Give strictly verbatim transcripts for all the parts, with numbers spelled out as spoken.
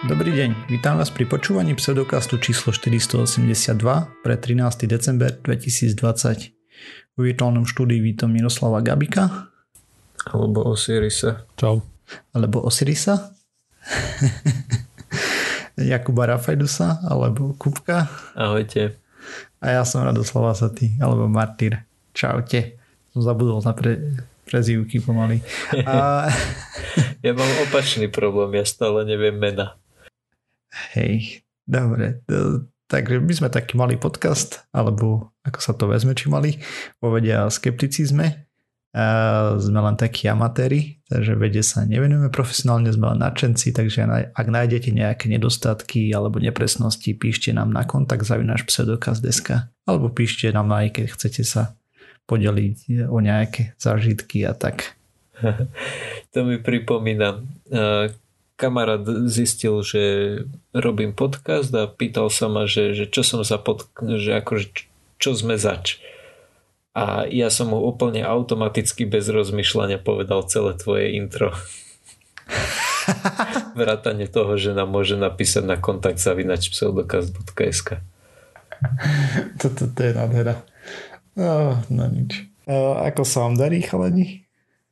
Dobrý deň, vítam vás pri počúvaní pseudokastu číslo štyristoosemdesiatdva pre trinásteho december dvetisícdvadsať. V virtuálnom štúdiu vítam Miroslava Gabika. Alebo Osirisa. Čau. Alebo Osirisa. Jakuba Rafajdusa, alebo Kupka. Ahojte. A ja som Radoslav Asatý, alebo Martyr. Čaute. Som zabudol na pre, prezývky pomaly. A... Ja mám opačný problém, ja stále neviem mena. Hej, dobre. Takže my sme taký malý podcast, alebo ako sa to vezme, či malý, povedia skepticizme. A sme len takí amatéri, takže vede sa nevenujeme profesionálne, sme len nadšenci, takže ak nájdete nejaké nedostatky alebo nepresnosti, píšte nám na kontakt zavináč pseudokast bodka es ká alebo píšte nám aj, keď chcete sa podeliť o nejaké zážitky a tak. To mi pripomína. Kamarát zistil, že robím podcast a pýtal sa ma, že, že čo som za podcast, že akože čo sme zač. A ja som mu úplne automaticky bez rozmýšľania povedal celé tvoje intro. Vrátane toho, že nám môže napísať na kontakt zavináč pseudokast bodka es ká. Toto to je nádhera. No, no nič. A ako sa vám darí, chalani?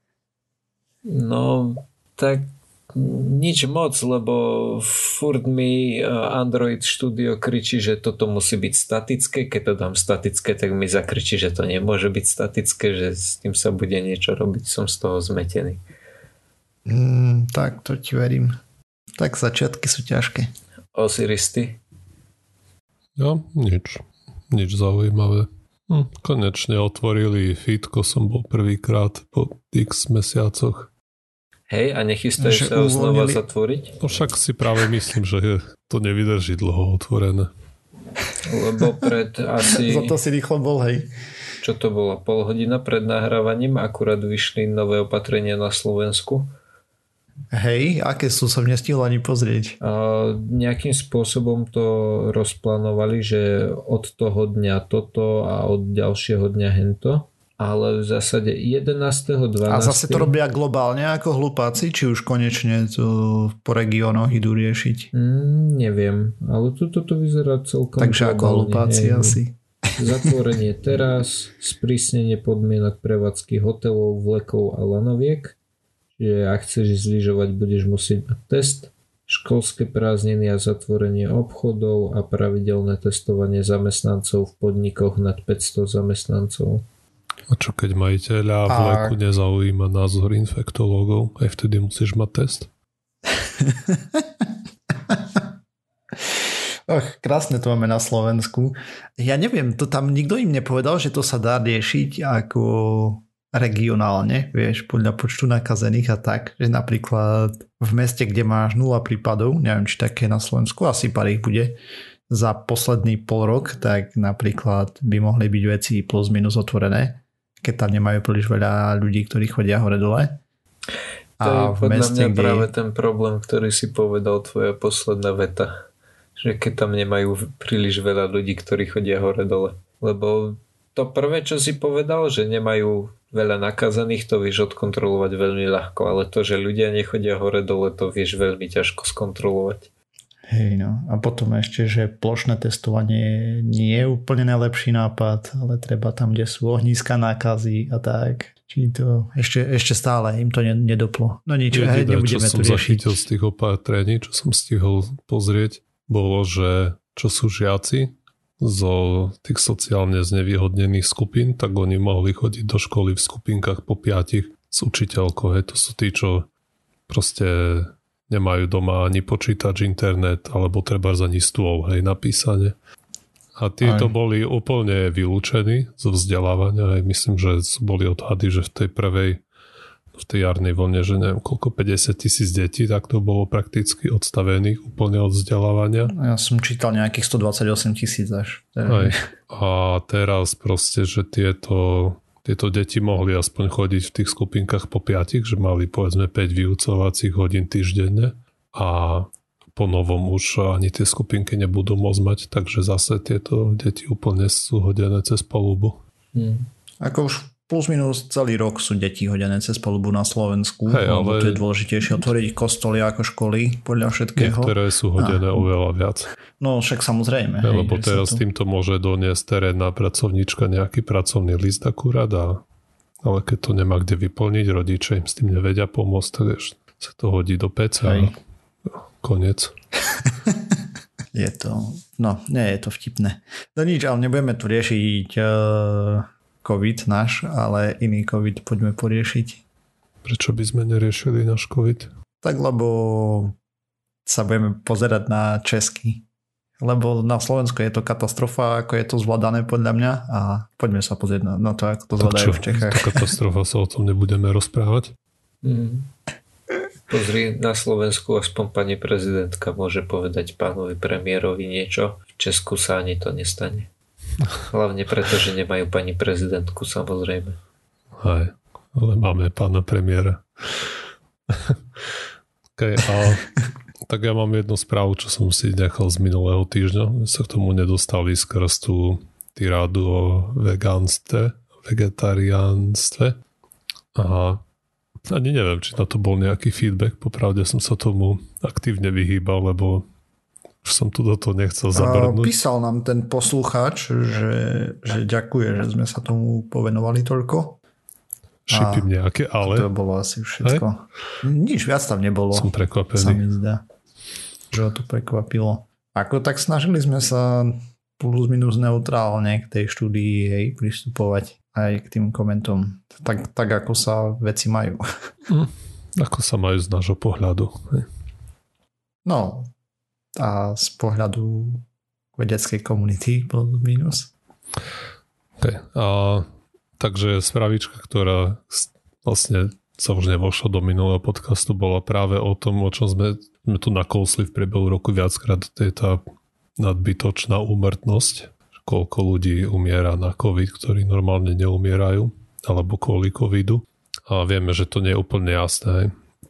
No, tak nič moc, lebo furt mi Android Studio kričí, že toto musí byť statické. Keď to dám statické, tak mi zakričí, že to nemôže byť statické, že s tým sa bude niečo robiť. Som z toho zmetený. Mm, tak, to ti verím. Tak začiatky sú ťažké. Osiris, ty? Ja, nič. Nič zaujímavé. Hm, konečne otvorili Fitko, som bol prvýkrát po x mesiacoch. Hej, a nechystajú sa ho znova zatvoriť? No však si práve myslím, že to nevydrží dlho otvorené. Lebo pred asi... Za to si rýchlo bol, hej. Čo to bolo? Pol hodina pred nahrávaním akurát vyšli nové opatrenia na Slovensku. Hej, aké sú, som nestihol ani pozrieť. A nejakým spôsobom to rozplánovali, že od toho dňa toto a od ďalšieho dňa hento. Ale v zásade jedenásteho dvanásteho A zase to robia globálne ako hlupáci, či už konečne to po regiónoch idú riešiť? Mm, neviem, ale toto to vyzerá celkom takže globálne. Ako hlupáci hej, asi. Zatvorenie teraz, sprísnenie podmienok prevádzky hotelov, vlekov a lanoviek. Čiže ak chceš zlyžovať, budeš musieť mať test. Školské prázdniny a zatvorenie obchodov a pravidelné testovanie zamestnancov v podnikoch nad päťsto zamestnancov. A čo keď majiteľa v leku nezaujíma názor infektológov? Aj vtedy musíš mať test? Och, krásne to máme na Slovensku. Ja neviem, to tam nikto im nepovedal, že to sa dá riešiť ako regionálne, vieš, podľa počtu nakazených a tak, že napríklad v meste, kde máš nula prípadov, neviem, či také na Slovensku, asi pár ich bude, za posledný pol rok, tak napríklad by mohli byť veci plus minus otvorené, keď tam nemajú príliš veľa ľudí, ktorí chodia hore-dole. To je podľa mňa kde... práve ten problém, ktorý si povedal tvoja posledná veta. Že keď tam nemajú príliš veľa ľudí, ktorí chodia hore-dole. Lebo to prvé, čo si povedal, že nemajú veľa nakazaných, to vieš odkontrolovať veľmi ľahko. Ale to, že ľudia nechodia hore-dole, to vieš veľmi ťažko skontrolovať. Hej no. A potom ešte, že plošné testovanie nie je úplne najlepší nápad, ale treba tam, kde sú ohnízka nákazy a tak. Či to ešte, ešte stále im to nedoplo. No nič, hej, nebudeme to riešiť. Čo som zachytil z tých opatrení, čo som stihol pozrieť, bolo, že čo sú žiaci zo tých sociálne znevýhodnených skupín, tak oni mohli chodiť do školy v skupinkách po piatich s učiteľkou. Hej, to sú tí, čo proste nemajú doma ani počítač, internet, alebo treba za ní stôl, hej, napísanie. A títo boli úplne vylúčení zo vzdelávania. Hej. Myslím, že boli odhady, že v tej prvej, v tej jarnej vlne, že neviem, koľko, päťdesiat tisíc detí, tak to bolo prakticky odstavených úplne od vzdelávania. Ja som čítal nejakých stodvadsaťosem tisíc až. Hej. A teraz proste, že tieto Tieto deti mohli aspoň chodiť v tých skupinkách po piatich, že mali povedzme päť vyučovacích hodín týždenne a po novom už ani tie skupinky nebudú môcť mať, takže zase tieto deti úplne sú hodené cez palubu. Hmm. Ako už plus minus celý rok sú deti hodené cez palubu na Slovensku, hey, lebo ale... to je dôležitejšie otvoriť kostoly ako školy podľa všetkého. Niektoré sú hodené a... oveľa viac. No však samozrejme. Hey, hej, lebo teraz to... týmto môže doniesť terénna pracovníčka nejaký pracovný list akurát, a... ale keď to nemá kde vyplniť, rodičia im s tým nevedia pomôcť, tak sa to hodí do peca a koniec. Je to, no nie je to vtipné. No nič, ale nebudeme tu riešiť uh... COVID náš, ale iný COVID poďme poriešiť. Prečo by sme neriešili náš COVID? Tak lebo sa budeme pozerať na Česky. Lebo na Slovensku je to katastrofa, ako je to zvládané podľa mňa, a poďme sa pozrieť na, na to, ako to zvládajú v Čechách. To katastrofa, sa o tom nebudeme rozprávať? Mm. Pozri, na Slovensku aspoň pani prezidentka môže povedať pánovi premiérovi niečo. V Česku sa ani to nestane. Hlavne preto, že nemajú pani prezidentku, samozrejme. Aj, ale máme pána premiéra. Okay, a, tak ja mám jednu správu, čo som si nechal z minulého týždňa. My sa k tomu nedostali skrz tú tirádu o vegánstve, vegetariánstve. A ani neviem, či na to bol nejaký feedback. Popravde som sa tomu aktívne vyhýbal, lebo už som tu do toho nechcel zabrnúť. Písal nám ten poslucháč, že, že ďakuje, že sme sa tomu povenovali toľko. Šipím nejaké, ale... To bolo asi všetko. Aj? Nič viac tam nebolo. Som prekvapený. Sa mi zdá, že ho to prekvapilo. Ako tak snažili sme sa plus minus neutrálne k tej štúdii, hej, pristupovať aj k tým komentom. Tak, tak ako sa veci majú. Mm, ako sa majú z nášho pohľadu. Hej. No... a z pohľadu vedeckej komunity plus minus. Okay. A, takže spravička, ktorá vlastne sa už nevošla do minulého podcastu, bola práve o tom, o čom sme, sme tu nakousli v priebehu roku viackrát. To je tá nadbytočná úmrtnosť. Koľko ľudí umiera na COVID, ktorí normálne neumierajú, alebo kvôli covidu. A vieme, že to nie je úplne jasné.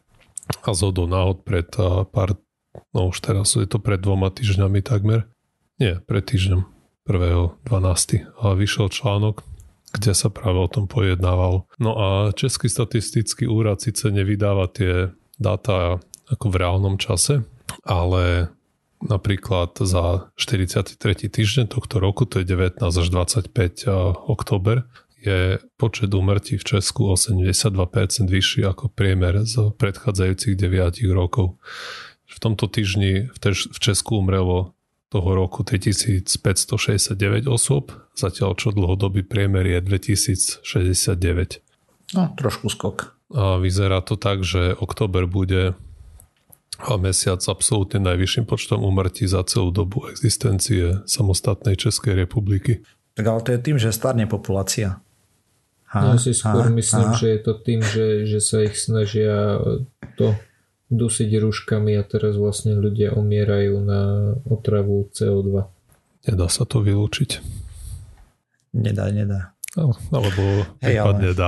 A zhodou náhod pred pár no už teraz je to pred dvoma týždňami takmer. Nie, pred týždňom prvého dvanásteho A vyšiel článok, kde sa práve o tom pojednávalo. No a Český statistický úrad síce nevydáva tie dáta ako v reálnom čase, ale napríklad za štyridsiaty tretí týždeň tohto roku, to je devätnásť až dvadsaťpäť október, je počet úmrtí v Česku osemdesiatdva percent vyšší ako priemer z predchádzajúcich deviatich rokov. V tomto týždni v, tež, v Česku umrelo toho roku tritisícpäťstošesťdesiatdeväť osôb, zatiaľ čo dlhodobý priemer je dvetisícšesťdesiatdeväť. No, trošku skok. A vyzerá to tak, že október bude mesiac s absolútne najvyšším počtom úmrtí za celú dobu existencie samostatnej Českej republiky. Tak ale to je tým, že starne populácia. Ha, ja si skôr ha, myslím, ha. že je to tým, že, že sa ich snažia to dusiť rúškami a teraz vlastne ľudia umierajú na otravu cé ó dva. Nedá sa to vylúčiť. Nedá, nedá. No, alebo hey, prípadne ale... dá.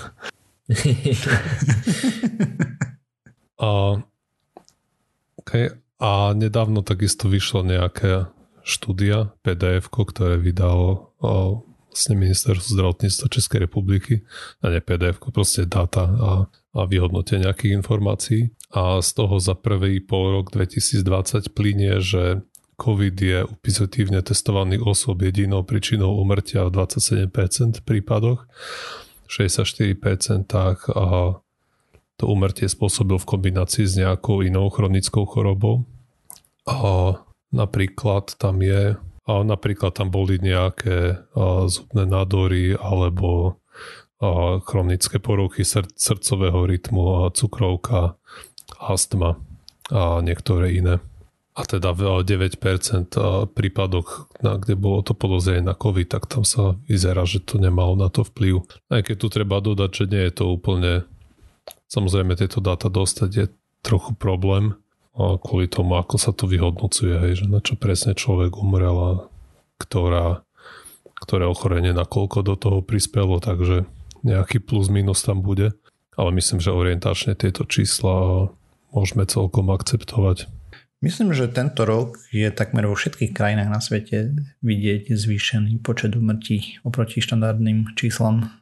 a, okay. a nedávno takisto vyšla nejaká štúdia, pé dé efko, ktoré vydalo o, vlastne Ministerstvo zdravotníctva Českej republiky. A ne pé dé efko, proste dáta a, a vyhodnotenie nejakých informácií. A z toho za prvý pol rok dvetisícdvadsať plynie, že COVID je u pozitívne testovaných osôb jedinou príčinou úmrtia v dvadsaťsedem percent prípadoch, šesťdesiatštyri percent a to úmrtie spôsobil v kombinácii s nejakou inou chronickou chorobou. A napríklad tam je, a napríklad tam boli nejaké zubné nádory alebo chronické poruchy srd- srdcového rytmu a cukrovka, astma a niektoré iné. A teda v deväť percent prípadoch, kde bolo to podozrenie na COVID, tak tam sa vyzerá, že to nemalo na to vplyv. Aj keď tu treba dodať, že nie je to úplne... Samozrejme, tieto dáta dostať je trochu problém kvôli tomu, ako sa to vyhodnocuje, hej, že na čo presne človek umrel a ktorá, ktoré ochorenie nakoľko do toho prispelo, takže nejaký plus minus tam bude. Ale myslím, že orientačne tieto čísla môžeme celkom akceptovať. Myslím, že tento rok je takmer vo všetkých krajinách na svete vidieť zvýšený počet úmrtí oproti štandardným číslam.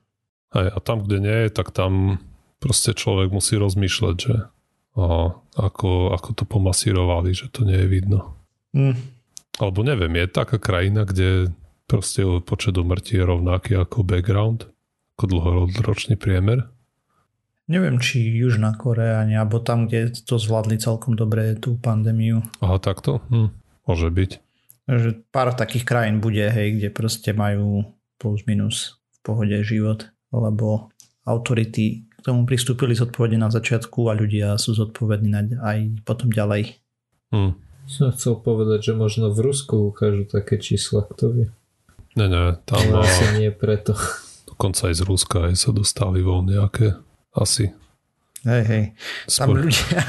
Aj, a tam, kde nie je, tak tam proste človek musí rozmýšľať, že a, ako, ako to pomasírovali, že to nie je vidno. Mm. Alebo neviem, je taká krajina, kde proste počet úmrtí je rovnaký ako background, ako dlhoročný priemer. Neviem, či Južná Korea, alebo tam, kde to zvládli celkom dobre tú pandémiu. Aha, takto? Hm, môže byť. Že pár takých krajín bude, hej, kde proste majú plus minus v pohode život, lebo autority k tomu pristúpili zodpovedne na začiatku a ľudia sú zodpovední aj potom ďalej. Hm. Som chcel povedať, že možno v Rusku ukážu také čísla, kto vie. Ne, ne, tam ale asi nie preto. Dokonca aj z Ruska aj sa dostali von nejaké asi. Hej, hej. Tam Spor... ľudia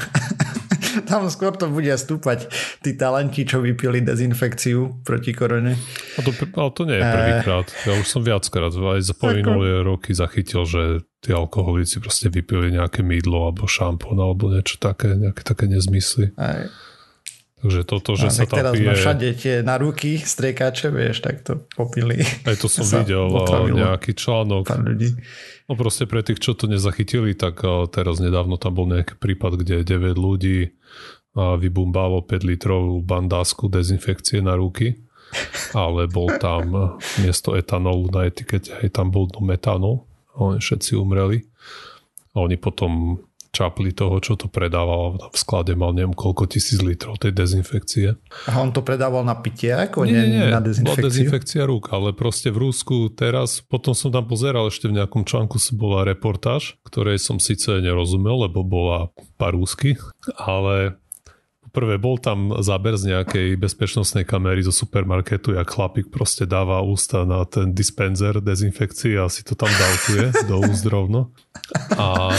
tam skôr to bude stúpať tí talenti, čo vypili dezinfekciu proti korone. A to, ale to nie je prvýkrát. Ja už som viackrát aj za povinulé roky zachytil, že tí alkoholici proste vypili nejaké mydlo alebo šampón alebo niečo také, nejaké také nezmysly. Aj. Takže toto, že a sa tam teraz pije... Teraz má všade tie na ruky striekače, vieš, tak to popili. Aj to som videl nejaký článok. No proste pre tých, čo to nezachytili, tak teraz nedávno tam bol nejaký prípad, kde deväť ľudí vybumbalo päť litrov bandásku dezinfekcie na ruky, ale bol tam miesto etanolu na etikete, aj tam bol metanol. Oni všetci umreli. A oni potom čapli toho, čo to predával. V sklade mal neviem koľko tisíc litrov tej dezinfekcie. A on to predával na pitie? Ako nie, nie, na dezinfekciu? Bola dezinfekcia rúk, ale proste v Rusku teraz, potom som tam pozeral ešte v nejakom článku, bola reportáž, ktorej som síce nerozumel, lebo bola po rusky, ale prvé bol tam záber z nejakej bezpečnostnej kamery zo supermarketu, jak chlapík proste dáva ústa na ten dispenzer dezinfekcie a si to tam dávkuje do úst rovno. A,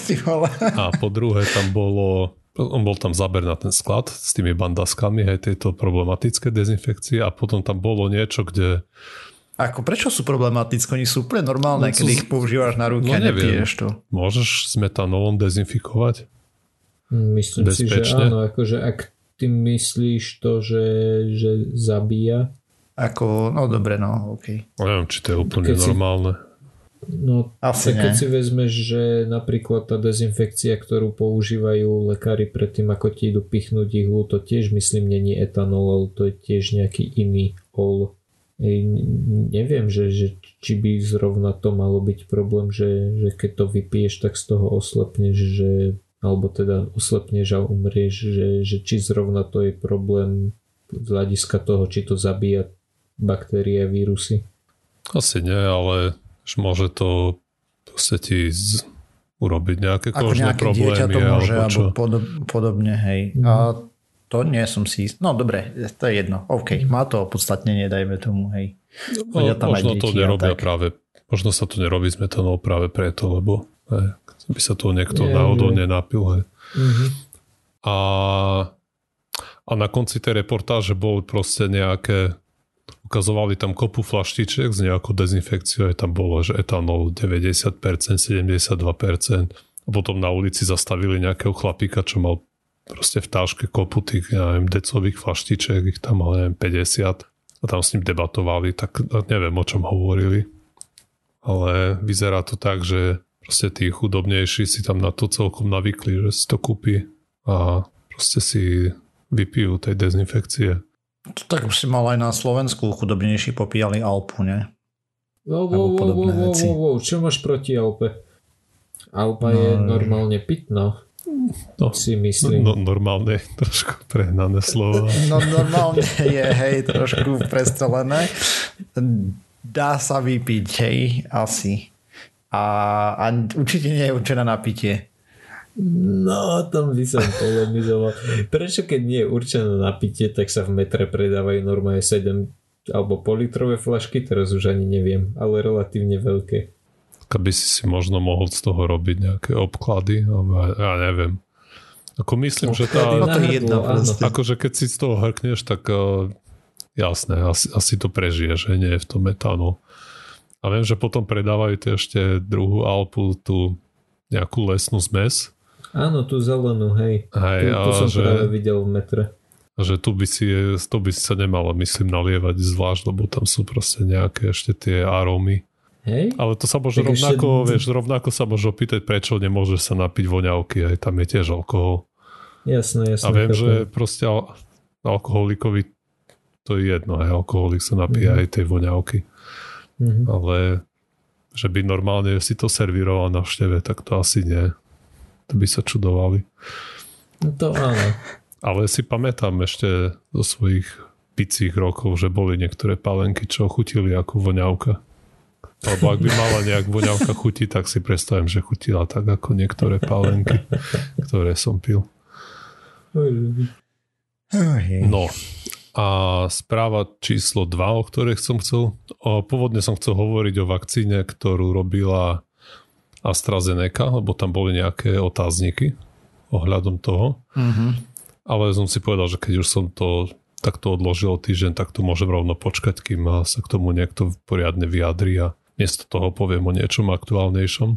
a po druhé tam bolo, on bol tam záber na ten sklad s tými bandaskami, aj tieto problematické dezinfekcie a potom tam bolo niečo, kde... Ako prečo sú problematické? Oni sú úplne normálne, no, keď ich používaš na ruky no, a nepiješ to. Môžeš s metanolom dezinfikovať? Myslím bezpečne. Si, že áno, akože ak ty myslíš to, že, že zabíja. Ako, no dobre, no, okej. Okay. Neviem, či to je úplne keď normálne. Si, no, asi keď si vezmeš, že napríklad tá dezinfekcia, ktorú používajú lekári predtým, ako ti idú pichnúť ihlu, to tiež myslím není etanol, ale to je tiež nejaký iný ol. Ej, neviem, že, že či by zrovna to malo byť problém, že, že keď to vypiješ, tak z toho oslepneš, že alebo teda oslepneš a umrieš, že, že či zrovna to je problém z hľadiska toho, či to zabíja baktérie a vírusy. Asi nie, ale môže to proste ti z... urobiť nejaké kožné problémy. Ako nejaké dieťa to môže, alebo, alebo podob, podobne, hej. Mm. A to nie som si... No dobre, to je jedno. OK, má to opodstatnenie, dajme tomu, hej. No, možno to nerobia práve, možno sa to nerobí s metanol práve preto, lebo hej, by sa to niekto je, náhodou je. nenapil. Hej. Mm-hmm. A, a na konci tej reportáže bol proste nejaké, ukazovali tam kopu flaštičiek s nejakou dezinfekciou, aj tam bolo, že etanol deväťdesiat percent, sedemdesiatdva percent a potom na ulici zastavili nejakého chlapíka, čo mal proste v táške kopu tých, ja neviem, decových flaštičiek, ich tam mal, neviem, päťdesiat a tam s ním debatovali, tak neviem, o čom hovorili. Ale vyzerá to tak, že proste tí chudobnejší si tam na to celkom navykli, že si to kúpi a proste si vypijú tej dezinfekcie. To tak už si mal aj na Slovensku, chudobnejší popíjali Alpu, ne? Wow, wow, wow, wow, wow, wow. Čo máš proti Alpe? Alpa no, je normálne pitná. No, si myslím. No, normálne, trošku prehnané slovo. No normálne je, hej, trošku prestelené. Dá sa vypiť, hej, asi. A, a určite nie je určená na pitie. No, tam by som polemizoval. Prečo keď nie je určená na pitie, tak sa v metre predávajú normálne sedem alebo politrové flašky, teraz už ani neviem, ale relatívne veľké. Aby si si možno mohol z toho robiť nejaké obklady, alebo ja neviem. Ako myslím, obklady, že tá... No to je jedno, akože keď si z toho hrkneš, tak uh, jasné, asi, asi to prežiješ, že nie je v tom metánu. A viem, že potom predávajú to ešte druhú Alpu, tú nejakú lesnú zmes. Áno, tú zelenú, hej. hej tu, tu som že, práve videl v metre. Že tu by si, to by si sa nemalo, myslím, nalievať zvlášť, lebo tam sú proste nejaké ešte tie arómy. Hej? Ale to sa môže tak rovnako, ešte... vieš, rovnako sa môže opýtať, prečo nemôže sa napiť voňavky, aj tam je tiež alkohol. Jasné, jasné. A viem, chápem. že proste al- alkoholikovi to je jedno, aj alkoholik sa napíja mm-hmm. aj tej voňavky. Mm-hmm. Ale že by normálne si to servíroval na všteve, tak to asi nie. To by sa čudovali. No to áno. Ale si pamätám ešte zo svojich picích rokov, že boli niektoré pálenky, čo chutili ako voňavka. Alebo ak by mala nejak voňavka chutiť, tak si predstavím, že chutila tak ako niektoré pálenky, ktoré som pil. No a správa číslo dva, o ktorej som chcel, o, pôvodne som chcel hovoriť o vakcíne, ktorú robila AstraZeneca, lebo tam boli nejaké otázniky ohľadom toho. Mm-hmm. Ale som si povedal, že keď už som to takto odložil týždeň, tak tu môžem rovno počkať, kým sa k tomu niekto poriadne vyjadri a miesto toho poviem o niečom aktuálnejšom.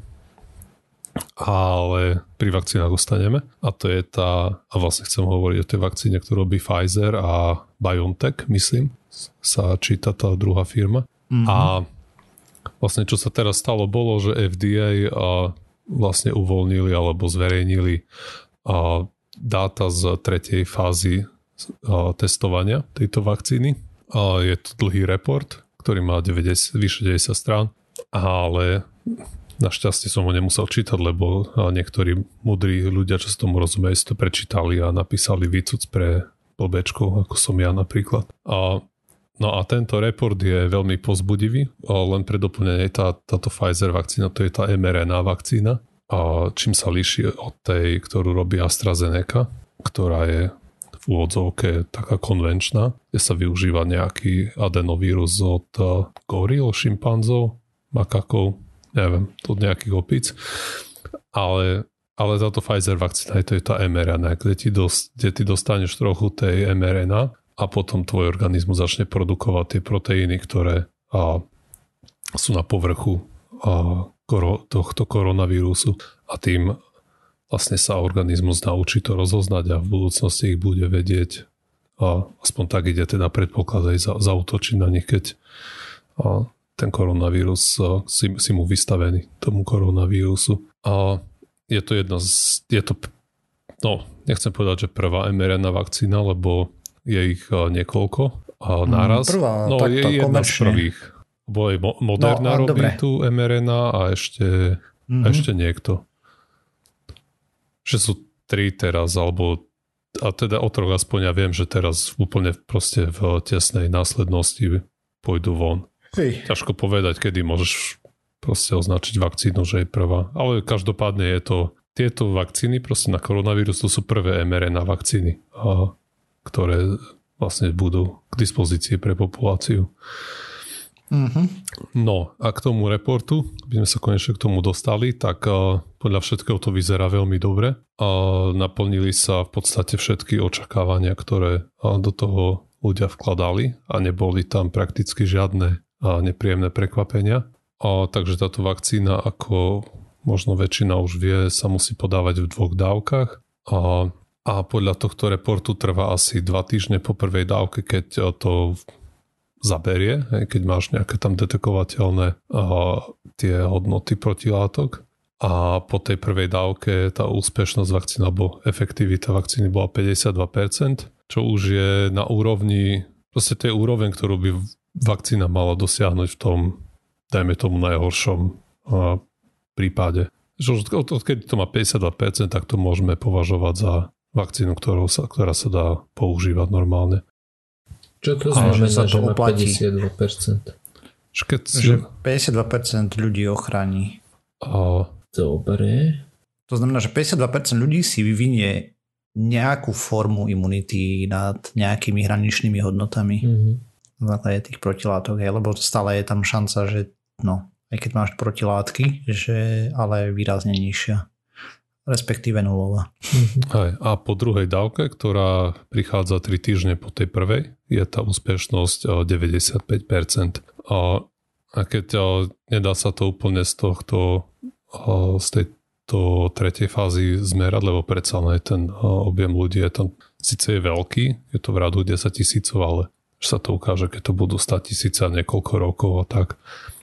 Ale pri vakcínach ostaneme. A to je tá, a vlastne chcem hovoriť o tej vakcíne, ktorú robí Pfizer a BioNTech, myslím, sa číta tá druhá firma. Mm-hmm. A vlastne čo sa teraz stalo, bolo, že F D A vlastne uvoľnili alebo zverejnili dáta z tretej fázy testovania tejto vakcíny. Je to dlhý report, ktorý má deväťdesiat, vyše deväťdesiat strán, ale našťastie som ho nemusel čítať, lebo niektorí múdri ľudia, čo sa tomu rozumejú, si to prečítali a napísali výcuc pre blbečkov, ako som ja napríklad. A, no a tento report je veľmi povzbudivý, len pre doplnenie tá, táto Pfizer vakcína, to je tá em er en á vakcína, a čím sa líši od tej, ktorú robí AstraZeneca, ktorá je v úvodzovke taká konvenčná, kde sa využíva nejaký adenovírus od goril, šimpanzov, makakov, neviem, od nejakých opíc. Ale, ale táto Pfizer vakcína, to je tá em er en á, kde ti, dos, kde ti dostaneš trochu tej em er en á a potom tvoj organizmus začne produkovať tie proteíny, ktoré a, sú na povrchu a, koro, tohto koronavírusu a tým vlastne sa organizmus naučí to rozoznať a v budúcnosti ich bude vedieť a aspoň tak ide teda predpoklad aj za, zautočiť na nich, keď a ten koronavírus si, si mu vystavený, tomu koronavírusu. A je to jedna z, je to, no, nechcem povedať, že prvá em er en á vakcína, lebo je ich niekoľko a naraz. Prvá, no, je jedna z prvých. Lebo aj Moderna no, robí dobre. Tú em er en á a ešte, mm-hmm. a ešte niekto. Že sú tri teraz, alebo a teda o troch aspoň ja viem, že teraz úplne proste v tesnej následnosti pôjdu von. Hej. Ťažko povedať, kedy môžeš proste označiť vakcínu, že je prvá. Ale každopádne je to, tieto vakcíny proste na koronavírus, to sú prvé em er en á vakcíny, a, ktoré vlastne budú k dispozícii pre populáciu. Mm-hmm. No a k tomu reportu, aby sme sa konečne k tomu dostali, tak uh, podľa všetkého to vyzerá veľmi dobre. Uh, naplnili sa v podstate všetky očakávania, ktoré uh, do toho ľudia vkladali a neboli tam prakticky žiadne uh, nepríjemné prekvapenia. Uh, takže táto vakcína, ako možno väčšina už vie, sa musí podávať v dvoch dávkach. Uh, a podľa tohto reportu trvá asi dva týždne po prvej dávke, keď uh, to zaberie, keď máš nejaké tam detekovateľné uh, tie hodnoty protilátok. A po tej prvej dávke tá úspešnosť vakcíny alebo efektivita vakcíny bola päťdesiatdva percent, čo už je na úrovni, proste to je úroveň, ktorú by vakcína mala dosiahnuť v tom, dajme tomu najhoršom uh, prípade. Že od, odkedy to má päťdesiatdva percent, tak to môžeme považovať za vakcínu, ktorou sa, ktorá sa dá používať normálne. Čo to znamená, že, že má päťdesiatdva percent? Si... Že päťdesiatdva percent ľudí ochráni. A... Dobre. To znamená, že päťdesiatdva percent ľudí si vyvinie nejakú formu imunity nad nejakými hraničnými hodnotami. Mm-hmm. V základe tých protilátok, lebo stále je tam šanca, že no, aj keď máš protilátky, že ale výrazne nižšia. Respektíve nulová. Aj, a po druhej dávke, ktorá prichádza tri týždne po tej prvej, je tá úspešnosť deväťdesiatpäť percent. A, a keď a, nedá sa to úplne z tohto a, z tejto tretej fázy zmerať, lebo predsa aj ten a, objem ľudí je tam síce je veľký, je to v radu desať tisícov, ale že sa to ukáže, keď to budú sto tisíce a niekoľko rokov a tak.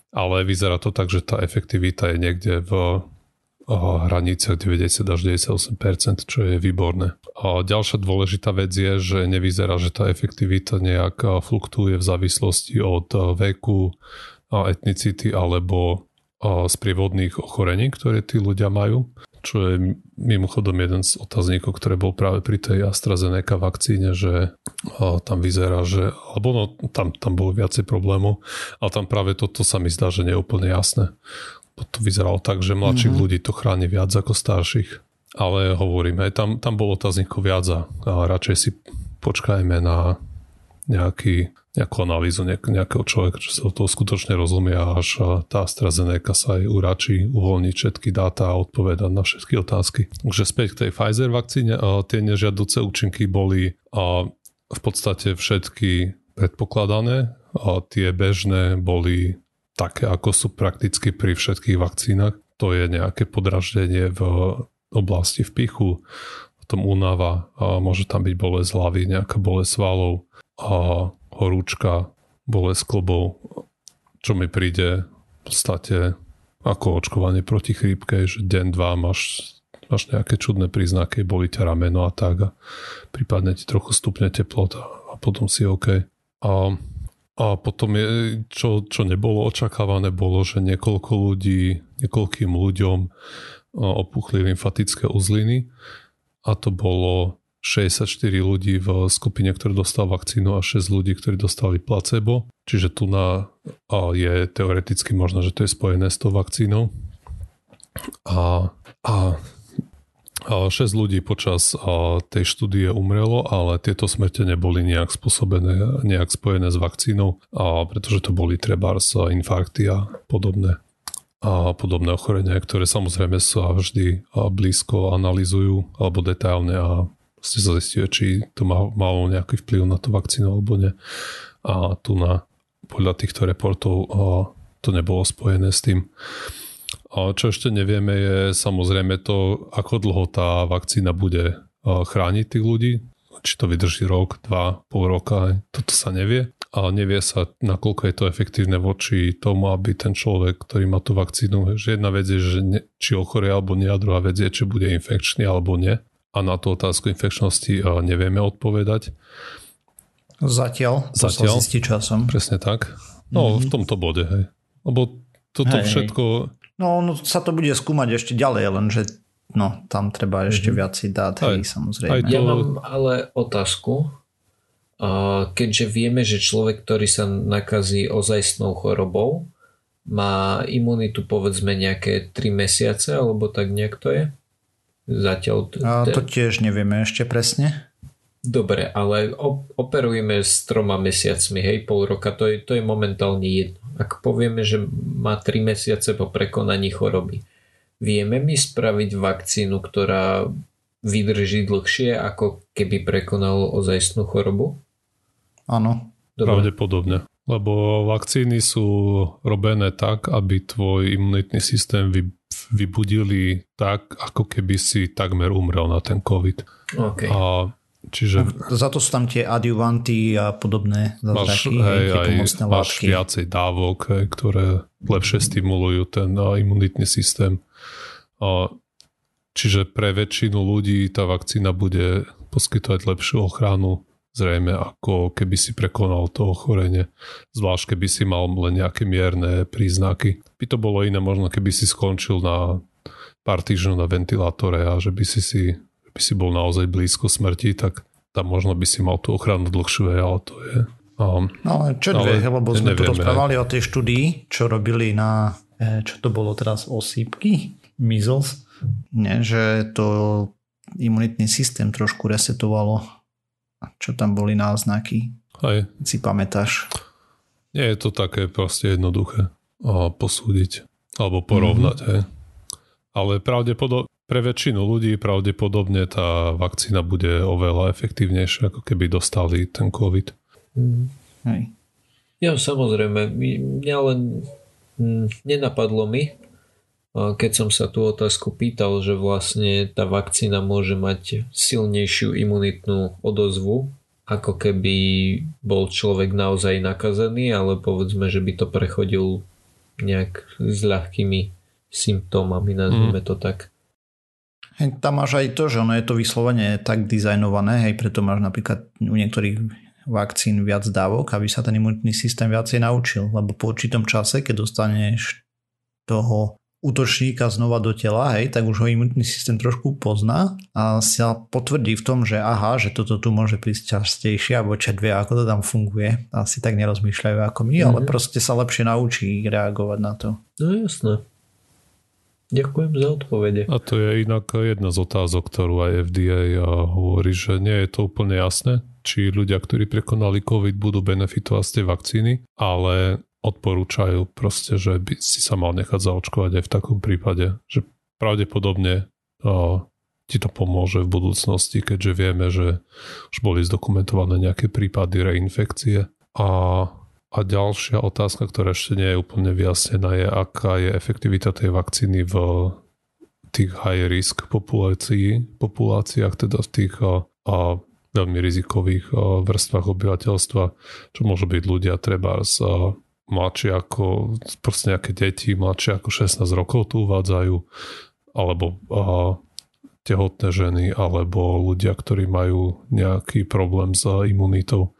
ale vyzerá to tak, že tá efektivita je niekde v hraniciach deväťdesiat až deväťdesiatosem percent, čo je výborné. A ďalšia dôležitá vec je, že nevyzerá, že tá efektivita nejak fluktuuje v závislosti od veku, etnicity alebo sprievodných ochorení, ktoré tí ľudia majú. Čo je mimochodom jeden z otáznikov, ktoré bol práve pri tej AstraZeneca vakcíne, že tam vyzerá, že alebo no, tam, tam bolo viacej problémov, ale tam práve toto sa mi zdá, že nie je úplne jasné. To vyzeralo tak, že mladších mm-hmm. ľudí to chráni viac ako starších. Ale hovorím, aj tam, tam bolo otáznikov viac a, a radšej si počkajme na nejaký, nejakú analýzu nejak, nejakého človeka, čo sa do toho skutočne rozumie, až tá AstraZeneca sa aj uračí uvoľniť všetky dáta a odpovedať na všetky otázky. Takže späť k tej Pfizer vakcíne, a tie nežiaduce účinky boli a v podstate všetky predpokladané a tie bežné boli také, ako sú prakticky pri všetkých vakcínach. To je nejaké podraždenie v oblasti vpichu, potom únava, a môže tam byť bolesť hlavy, nejaká bolesť svalov a horúčka, bolesť klbov, čo mi príde v podstate ako očkovanie proti chrípke, že deň, dva máš, máš nejaké čudné príznaky, bolí ťa rameno a tak a prípadne ti trochu stupne teplota a potom si OK. A A potom, je, čo, čo nebolo očakávané, bolo, že niekoľko ľudí, niekoľkým ľuďom opuchli lymfatické uzliny a to bolo šesťdesiatštyri ľudí v skupine, ktorí dostali vakcínu a šesť ľudí, ktorí dostali placebo. Čiže tu na, je teoreticky možno, že to je spojené s tou vakcínou. A, a šesť ľudí počas tej štúdie umrelo, ale tieto smrte neboli nejak spôsobené, nejak spojené s vakcínou, pretože to boli trebárs infarkty a podobné, a podobné ochorenia, ktoré samozrejme sa vždy blízko analyzujú alebo detailne a vlastne sa zistuje, či to malo nejaký vplyv na tú vakcínu alebo nie. A tu na, podľa týchto reportov to nebolo spojené s tým. A čo ešte nevieme je samozrejme to, ako dlho tá vakcína bude chrániť tých ľudí. Či to vydrží rok, dva, pol roka, toto sa nevie. A nevie sa, nakoľko je to efektívne voči tomu, aby ten človek, ktorý má tú vakcínu, že jedna vec je, že ne, či ochorie alebo nie, a druhá vec je, či bude infekčný alebo nie. A na tú otázku infekčnosti nevieme odpovedať. Zatiaľ, to Zatiaľ, sa zistí časom. Presne tak. No mm-hmm. v tomto bode, hej. Lebo toto hej, všetko... Hej. No, no sa to bude skúmať ešte ďalej, lenže no, tam treba ešte viac dát, hej, samozrejme. Ja mám ale otázku. Keďže vieme, že človek, ktorý sa nakazí ozajstnou chorobou, má imunitu povedzme nejaké tri mesiace, alebo tak nejak to je? Zatiaľ... T- A to tiež nevieme ešte presne. Dobre, ale operujeme s troma mesiacmi, hej, pol roka, to je, to je momentálne jedno. Ak povieme, že má tri mesiace po prekonaní choroby, vieme my spraviť vakcínu, ktorá vydrží dlhšie, ako keby prekonal ozajstnú chorobu? Áno. Pravdepodobne. Lebo vakcíny sú robené tak, aby tvoj imunitný systém vybudili tak, ako keby si takmer umrel na ten COVID. Okay. A čiže... Za to sú tam tie adjuvanty a podobné zázraky, hej, tie pomocné látky. Máš viacej dávok, hej, ktoré lepšie stimulujú ten imunitný systém. A čiže pre väčšinu ľudí tá vakcína bude poskytovať lepšiu ochranu, zrejme ako keby si prekonal to ochorenie. Zvlášť keby si mal len nejaké mierne príznaky. By to bolo iné možno, keby si skončil na pár týždňov na ventilátore a že by si si by si bol naozaj blízko smrti, tak tam možno by si mal tú ochranu dlhšiu, ale to je... Um, no čo dve, lebo sme tu rozprávali o tej štúdii, čo robili na, čo to bolo teraz, osýpky? Measles? Nie, že to imunitný systém trošku resetovalo. Čo tam boli náznaky? Hej. Si pamätáš? Nie je to také proste jednoduché posúdiť alebo porovnať. Mm-hmm. Hej. Ale pravdepodobne pre väčšinu ľudí pravdepodobne tá vakcína bude oveľa efektívnejšia, ako keby dostali ten COVID. Mm. Hej. Ja samozrejme, mňa len nenapadlo mi, keď som sa tú otázku pýtal, že vlastne tá vakcína môže mať silnejšiu imunitnú odozvu, ako keby bol človek naozaj nakazený, ale povedzme, že by to prechodil nejak s ľahkými symptómami, nazvime mm. to tak. Hej, tam máš aj to, že ono je to vyslovene tak dizajnované, hej, preto máš napríklad u niektorých vakcín viac dávok, aby sa ten imunitný systém viacej naučil, lebo po určitom čase, keď dostaneš toho útočníka znova do tela, hej, tak už ho imunitný systém trošku pozná a sa potvrdí v tom, že aha, že toto tu môže prísť častejšie, alebo čet vie, ako to tam funguje. Asi tak nerozmýšľajú ako my, mm-hmm. ale proste sa lepšie naučí reagovať na to. No jasné. Ďakujem za odpovede. A to je inak jedna z otázok, ktorú aj ef dé á hovorí, že nie je to úplne jasné, či ľudia, ktorí prekonali COVID, budú benefitovať z tej vakcíny, ale odporúčajú proste, že by si sa mal nechať zaočkovať aj v takom prípade, že pravdepodobne uh, ti to pomôže v budúcnosti, keďže vieme, že už boli zdokumentované nejaké prípady reinfekcie. A A ďalšia otázka, ktorá ešte nie je úplne vyjasnená, je, aká je efektivita tej vakcíny v tých high risk populácií, populáciách, teda v tých a, a veľmi rizikových a, vrstvách obyvateľstva, čo môže byť ľudia treba z a, mladšie ako, proste nejaké deti, mladšie ako šestnásť rokov tu uvádzajú, alebo a, tehotné ženy, alebo ľudia, ktorí majú nejaký problém s imunitou.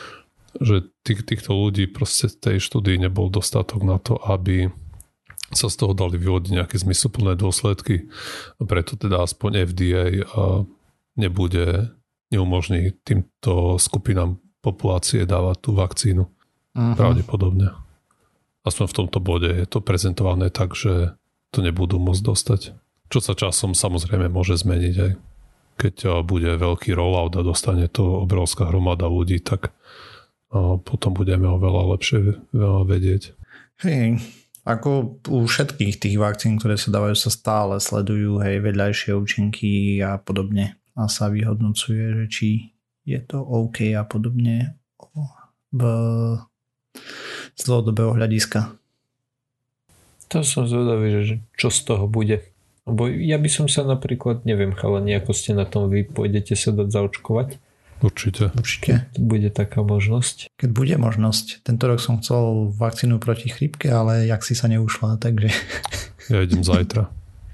Že tých, týchto ľudí proste v tej štúdii nebol dostatok na to, aby sa z toho dali vyvodiť nejaké zmysluplné dôsledky. A preto teda aspoň ef dé á nebude, neumožní týmto skupinám populácie dávať tú vakcínu. Uh-huh. Pravdepodobne. Aspoň v tomto bode je to prezentované tak, že to nebudú môcť dostať. Čo sa časom samozrejme môže zmeniť aj. Keď bude veľký rollout a dostane to obrovská hromada ľudí, tak a potom budeme oveľa lepšie vedieť. Hej, ako u všetkých tých vakcín, ktoré sa dávajú, sa stále sledujú, hej, vedľajšie účinky a podobne. A sa vyhodnocuje, že či je to OK a podobne v z dlhodobého hľadiska. To som zvedavý, že čo z toho bude. Lebo ja by som sa napríklad, neviem, chalani, ako ste na tom, vy pôjdete sa dať zaočkovať? Určite. Určite. Bude taká možnosť. Keď bude možnosť. Tento rok som chcel vakcínu proti chrípke, ale jak si sa neušla, takže... Ja idem zajtra.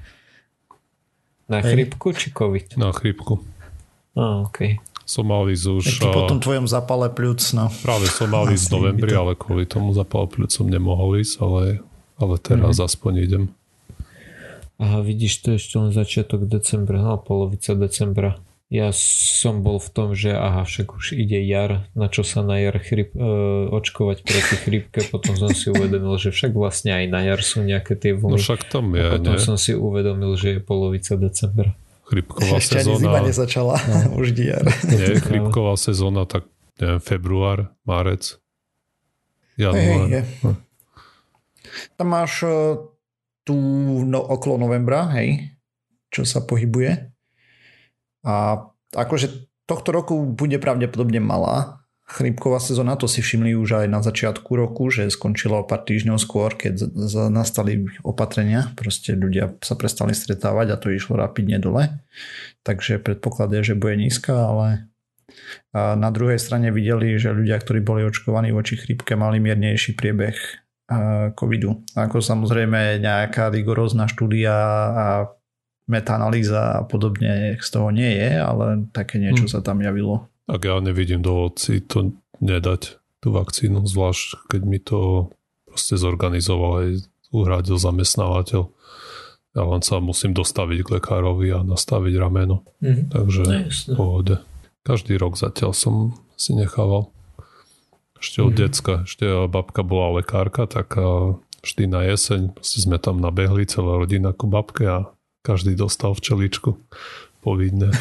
Na chrípku či COVID? Na chrípku. Á, okej. Okay. Som mal ísť už... Ešte po tom tvojom zápale pľúc, no. Práve som mal ísť v novembri, to... ale kvôli tomu zápale pľúc som nemohol ísť, ale, ale teraz mm. aspoň idem. Aha, vidíš, to je ešte len začiatok decembra, no polovica decembra. Ja som bol v tom, že aha, však už ide jar, na čo sa na jar chryp, e, očkovať proti chrípke, potom som si uvedomil, že však vlastne aj na jar sú nejaké tie vlny. No však tam je, a potom nie? som si uvedomil, že je polovica decembra. Chrípková ešte sezóna... Ešte ani zima nezačala, no. Už ide jar. Nie, chrípková sezóna, tak neviem, február, marec, január. Hej, hej, tam máš uh, tu no, okolo novembra, hej, čo sa pohybuje. A akože tohto roku bude pravdepodobne malá chrípková sezóna, to si všimli už aj na začiatku roku, že skončilo o pár týždňov skôr, keď nastali opatrenia, proste ľudia sa prestali stretávať a to išlo rapidne dole, takže predpoklad je, že bude nízka, ale a na druhej strane videli, že ľudia, ktorí boli očkovaní voči chrípke, mali miernejší priebeh covidu. Ako samozrejme nejaká rigorózna štúdia a metaanalýza a podobne z toho nie je, ale také niečo hmm. sa tam javilo. Tak ja nevidím dôvod si to nedať, tú vakcínu, zvlášť keď mi to proste zorganizoval aj uhradil zamestnávateľ. Ja len sa musím dostaviť k lekárovi a nastaviť rameno. Hmm. Takže v pohode. Každý rok zatiaľ som si nechával. Ešte od hmm. decka. Ešte babka bola lekárka, tak vždy na jeseň sme tam nabehli celá rodina ku babke a každý dostal včeličku povinné.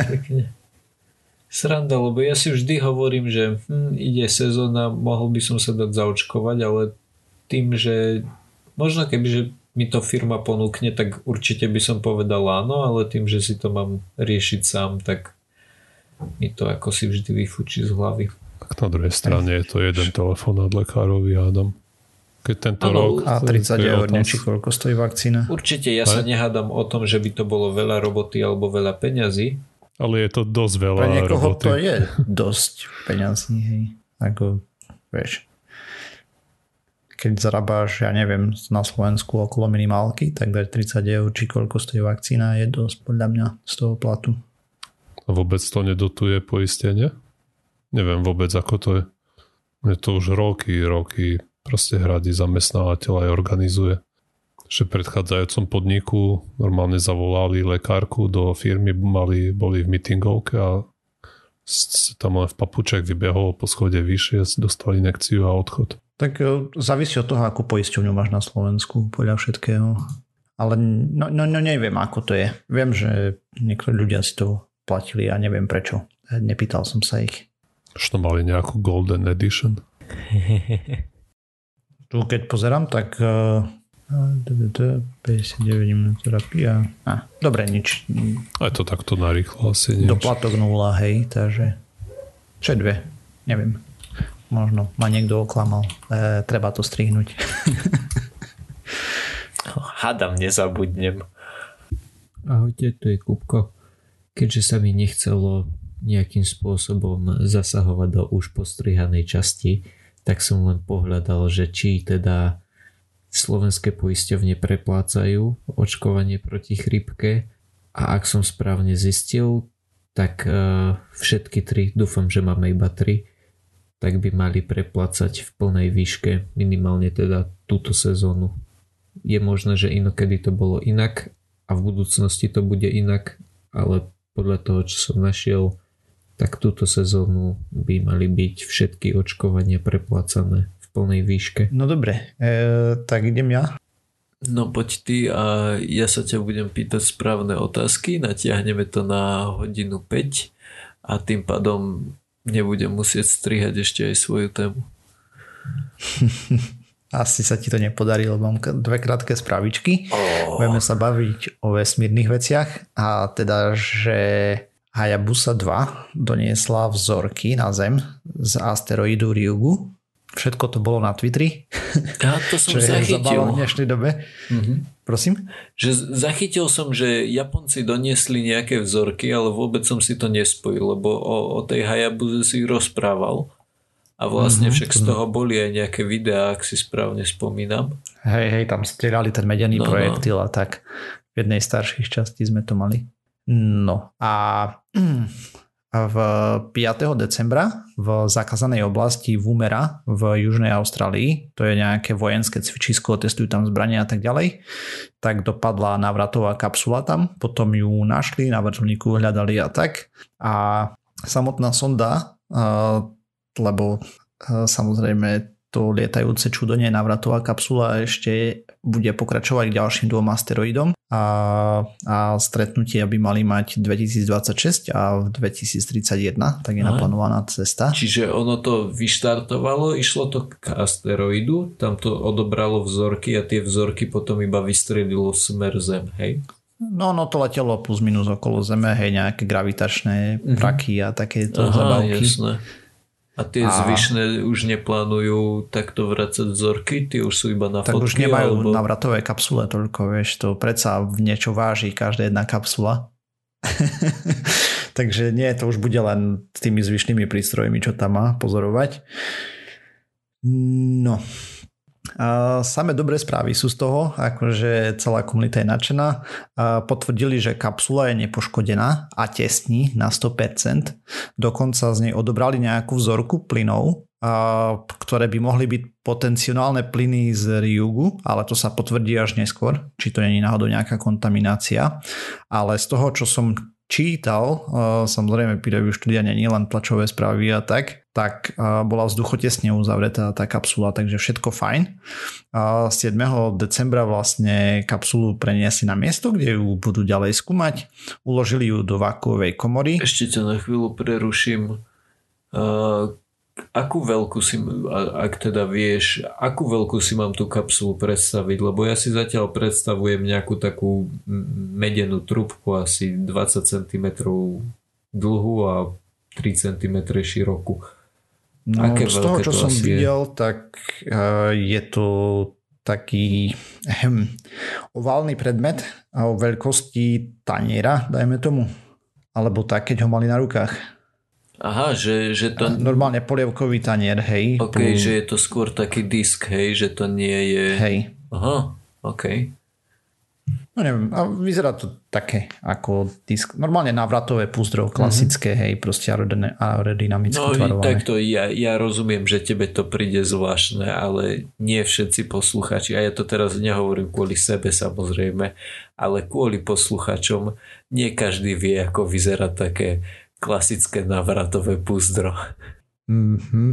Sranda, lebo ja si vždy hovorím, že hm, ide sezóna, mohol by som sa dať zaočkovať, ale tým, že možno kebyže mi to firma ponúkne, tak určite by som povedal áno, ale tým, že si to mám riešiť sám, tak mi to ako si vždy vyfučí z hlavy. Tak na druhej strane je to jeden telefón od lekárovi, Adam. Keď tento ano, rok... A tridsať eur, či koľko stojí vakcína? Určite, ja sa nehádam o tom, že by to bolo veľa roboty alebo veľa peňazí. Ale je to dosť veľa roboty. Pre niekoho roboty. To je dosť peňazí, hej. Ako, vieš. keď zarábáš, ja neviem, na Slovensku okolo minimálky, tak dať tridsať eur, či koľko stojí vakcína, je dosť podľa mňa z toho platu. A vôbec to nedotuje poistenie? Neviem vôbec, ako to je. Mne to už roky, roky proste hradí zamestnávateľ aj organizuje. Že v predchádzajúcom podniku normálne zavolali lekárku do firmy, mali, boli v meetingovke a tam len v papuček vybehol po schode vyššie, dostal injekciu a odchod. Tak závisí od toho, akú poisťovňu máš na Slovensku, podľa všetkého. Ale no, no, no neviem, ako to je. Viem, že niektorí ľudia si to platili a neviem prečo. Nepýtal som sa ich. Už to mali nejakú Golden Edition. Tu keď pozerám, tak päťdesiatdeväť minút terapia. Ah, dobre, nič. Aj to takto narýchlo asi nič. Doplatok nula, hej, takže čo dve, neviem. Možno ma niekto oklamal. E, treba to strihnúť. Hádam, nezabudnem. Ahojte, tu je Kupko. Keďže sa mi nechcelo nejakým spôsobom zasahovať do už postrihanej časti, tak som len pohľadal, že či teda slovenské poisťovne preplácajú očkovanie proti chrípke a ak som správne zistil, tak uh, všetky tri, dúfam, že máme iba tri, tak by mali preplácať v plnej výške minimálne teda túto sezónu. Je možné, že inokedy to bolo inak a v budúcnosti to bude inak, ale podľa toho, čo som našiel, tak túto sezónu by mali byť všetky očkovania preplácané v plnej výške. No dobre, e, tak idem ja. No poď ty a ja sa ťa budem pýtať správne otázky, natiahneme to na hodinu päť a tým pádom nebudem musieť strihať ešte aj svoju tému. Asi sa ti to nepodarí, lebo mám dve krátke správičky. Oh. Budeme sa baviť o vesmírnych veciach a teda, že Hayabusa dva doniesla vzorky na Zem z asteroidu Ryugu. Všetko to bolo na Twitteri. Ja to som zachytil. V dnešnej dobe. Mm-hmm. Prosím? Že zachytil som, že Japonci doniesli nejaké vzorky, ale vôbec som si to nespojil, lebo o, o tej Hayabuse si rozprával. A vlastne mm-hmm. však z toho boli aj nejaké videá, ak si správne spomínam. Hej, hej, tam strieľali ten medený no, projektil a tak. V jednej starších časti sme to mali. No a v piateho decembra v zakázanej oblasti Woomera v južnej Austrálii, to je nejaké vojenské cvičisko, testujú tam zbrania a tak ďalej, tak dopadla návratová kapsula tam, potom ju našli, na vrtuľníku hľadali a tak. A samotná sonda, lebo samozrejme to lietajúce čudo, nie návratová kapsula, ešte bude pokračovať k ďalším dvom asteroidom a, a stretnutie by mali mať dvetisícdvadsaťšesť a v dvetisíctridsaťjeden, tak je Aha. naplánovaná cesta. Čiže ono to vyštartovalo, išlo to k asteroidu, tam to odobralo vzorky a tie vzorky potom iba vystredilo smer Zem, hej? No, no to letelo plus minus okolo Zeme, hej, nejaké gravitačné Mhm. praky a takéto Aha, zabavky. Jasné. A tie a... zvyšné už neplánujú takto vracať vzorky? Tie už sú iba na tak fotky? Tak už nemajú alebo... návratové kapsule toľko, vieš, to predsa niečo váži každá jedna kapsula. Takže nie, to už bude len s tými zvyšnými prístrojmi, čo tam má pozorovať. No. A samé dobré správy sú z toho, akože celá komunita je nadšená. A potvrdili, že kapsula je nepoškodená a tesní na sto percent. Dokonca z nej odobrali nejakú vzorku plynov, a, ktoré by mohli byť potenciálne plyny z Ryugu, ale to sa potvrdí až neskôr, či to nie je náhodou nejaká kontaminácia. Ale z toho, čo som čítal, samozrejme pé vé štúdia nie len tlačové správy a tak, tak bola vzduchotesne uzavretá tá kapsula, takže všetko fajn. siedmeho decembra vlastne kapsulu preniesli na miesto, kde ju budú ďalej skúmať. Uložili ju do vákuovej komory. Ešte ťa na chvíľu preruším. Uh, akú veľkú si, ak teda vieš, akú veľkú si mám tú kapsulu predstaviť? Lebo ja si zatiaľ predstavujem nejakú takú medenú trúbku asi dvadsať centimetrov dlhú a tri centimetre širokú. No, Aké z toho, čo to som videl, je? tak uh, je to taký hm, oválny predmet a o veľkosti taniera, dajme tomu. Alebo tak, keď ho mali na rukách. Aha, že, že to... Normálne polievkový tanier, hej. Ok, plus... že je to skôr taký disk, hej, že to nie je... Hej. Aha, ok. No neviem, a vyzerá to také ako disk. Normálne návratové púzdro, klasické, mm-hmm. hej, proste aerodynamicky no, tvarované. No takto, ja, ja rozumiem, že tebe to príde zvláštne, ale nie všetci posluchači, a ja to teraz nehovorím kvôli sebe samozrejme, ale kvôli posluchačom, nie každý vie, ako vyzerá také klasické návratové púzdro. Mm-hmm.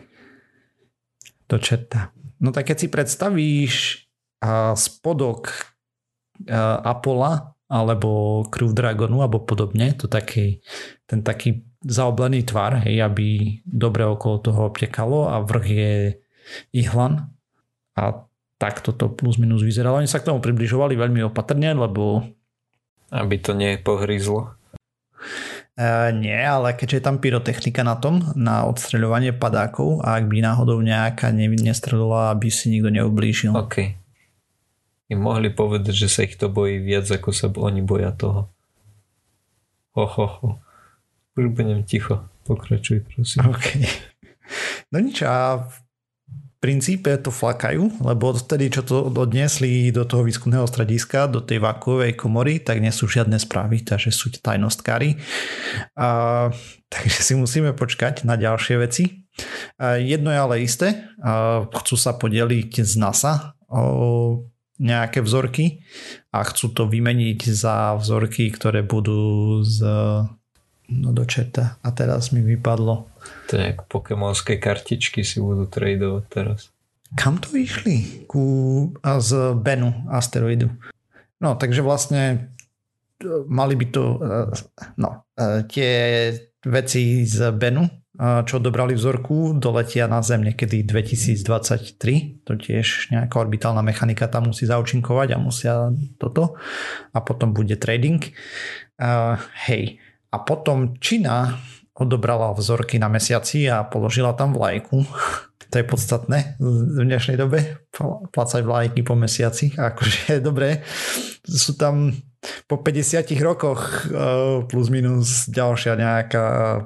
To čerta. No tak keď si predstavíš a spodok Apollo alebo Crew Dragonu alebo podobne, to taký, ten taký zaoblený tvar, hej, aby dobre okolo toho obtekalo a vrch je ihlan a tak toto plus minus vyzeralo. Oni sa k tomu približovali veľmi opatrne, lebo aby to nepohryzlo. Uh, nie, ale keďže je tam pyrotechnika na tom, na odstreľovanie padákov a ak by náhodou nejaká nestrelila, aby si nikto neublížil. OK. I mohli povedať, že sa ich to bojí viac, ako sa oni boja toho. Ho, ho, ho. Už budem ticho. Pokračuj, prosím. OK. No nič, a v princípe to flakajú, lebo odtedy, čo to odniesli do toho výskumného strediska, do tej vakuovej komory, tak nie sú žiadne správy, takže sú tajnostkári. A, takže si musíme počkať na ďalšie veci. A jedno je ale isté, a chcú sa podeliť z NASA o nejaké vzorky a chcú to vymeniť za vzorky, ktoré budú z... No do čerta. A teraz mi vypadlo. To je ako pokémonské kartičky si budú tradovať teraz. Kam to išli? Ku... A z Bennu asteroidu. No, takže vlastne mali by to... No, tie veci z Bennu, čo dobrali vzorku, doletia na Zem niekedy dvetisícdvadsaťtri. To tiež nejaká orbitálna mechanika tam musí zaúčinkovať a musia toto. A potom bude trading. Uh, hej. A potom Čína odobrala vzorky na mesiaci a položila tam vlajku. To je podstatné v dnešnej dobe. Plácať vlajky po mesiaci. Akože dobré. Sú tam po päťdesiatich rokoch uh, plus minus ďalšia nejaká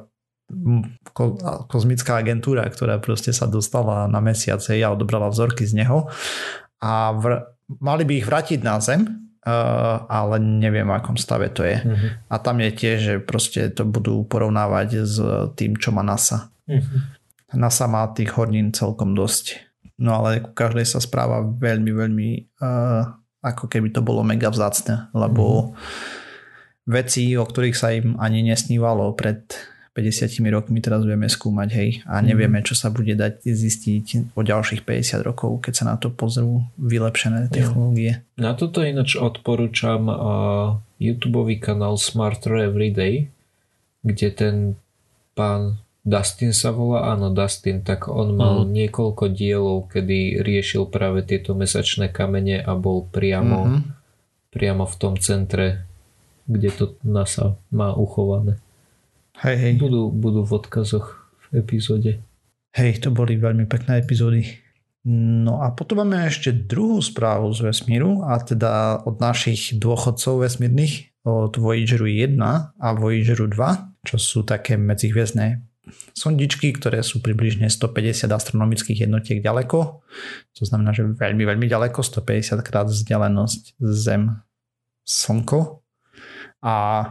kozmická agentúra, ktorá proste sa dostala na mesiac a odobrala vzorky z neho a vr- mali by ich vrátiť na Zem, uh, ale neviem, v akom stave to je. Uh-huh. A tam je tiež, že proste to budú porovnávať s tým, čo má NASA. Uh-huh. NASA má tých hornín celkom dosť. No ale ku každej sa správa veľmi, veľmi uh, ako keby to bolo mega vzácne, lebo uh-huh. veci, o ktorých sa im ani nesnívalo pred päťdesiatimi rokmi teraz vieme skúmať, hej, a nevieme, čo sa bude dať zistiť o ďalších päťdesiat rokov, keď sa na to pozrú vylepšené technológie. Na toto ináč odporúčam uh, YouTubeový kanál Smarter Everyday, kde ten pán Dustin sa volá, áno Dustin, tak on mal mm. niekoľko dielov, kedy riešil práve tieto mesačné kamene a bol priamo, mm-hmm. priamo v tom centre, kde to NASA má uchované. Hej, hej. Budú, budú v odkazoch v epizóde. Hej, to boli veľmi pekné epizódy. No a potom máme ešte druhú správu z vesmíru, a teda od našich dôchodcov vesmírnych, od Voyageru jeden a Voyageru dva, čo sú také medzihviezdne sondičky, ktoré sú približne stopäťdesiat astronomických jednotiek ďaleko. To znamená, že veľmi, veľmi ďaleko, stopäťdesiat krát vzdialenosť Zem, Slnko. A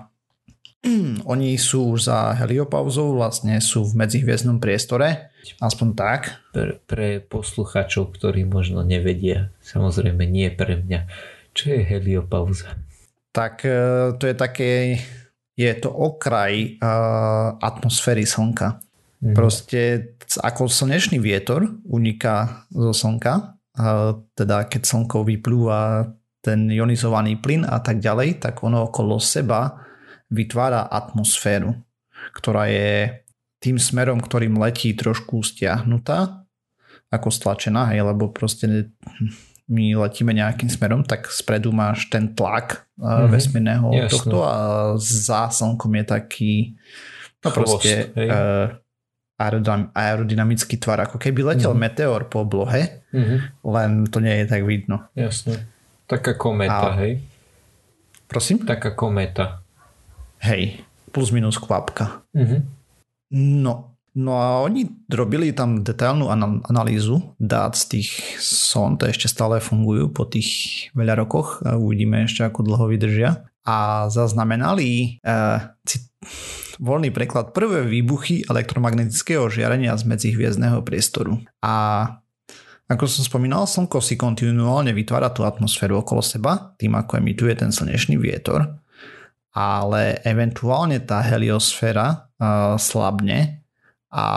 oni sú už za heliopauzou, vlastne sú v medzihviezdnom priestore, aspoň tak. Pre, pre poslucháčov, ktorí možno nevedia, samozrejme nie pre mňa, čo je heliopauza? Tak to je také, je to okraj uh, atmosféry Slnka. Mhm. Proste ako slnečný vietor uniká zo Slnka, uh, teda keď Slnko vyplúva ten ionizovaný plyn a tak ďalej, tak ono okolo seba vytvára atmosféru, ktorá je tým smerom, ktorým letí, trošku stiahnutá, ako stlačená, hej, lebo proste my letíme nejakým smerom, tak spredu máš ten tlak mm-hmm. vesmírneho Jasne. tohto a za Slnkom je taký no proste uh, aerodynam, aerodynamický tvar, ako keby letel mm-hmm. meteor po oblohe, mm-hmm. len to nie je tak vidno. Jasne. Taká kométa, a... hej? Prosím? Taká kométa. Hej, plus minus kvapka. Uh-huh. No, no a oni robili tam detailnú analýzu dát z tých sond, ešte stále fungujú po tých veľa rokoch a uvidíme ešte ako dlho vydržia. A zaznamenali uh, voľný preklad prvé výbuchy elektromagnetického žiarenia z medzihviezdneho priestoru. A ako som spomínal, Slnko si kontinuálne vytvára tú atmosféru okolo seba, tým ako emituje ten slnečný vietor, ale eventuálne tá heliosféra uh, slabne a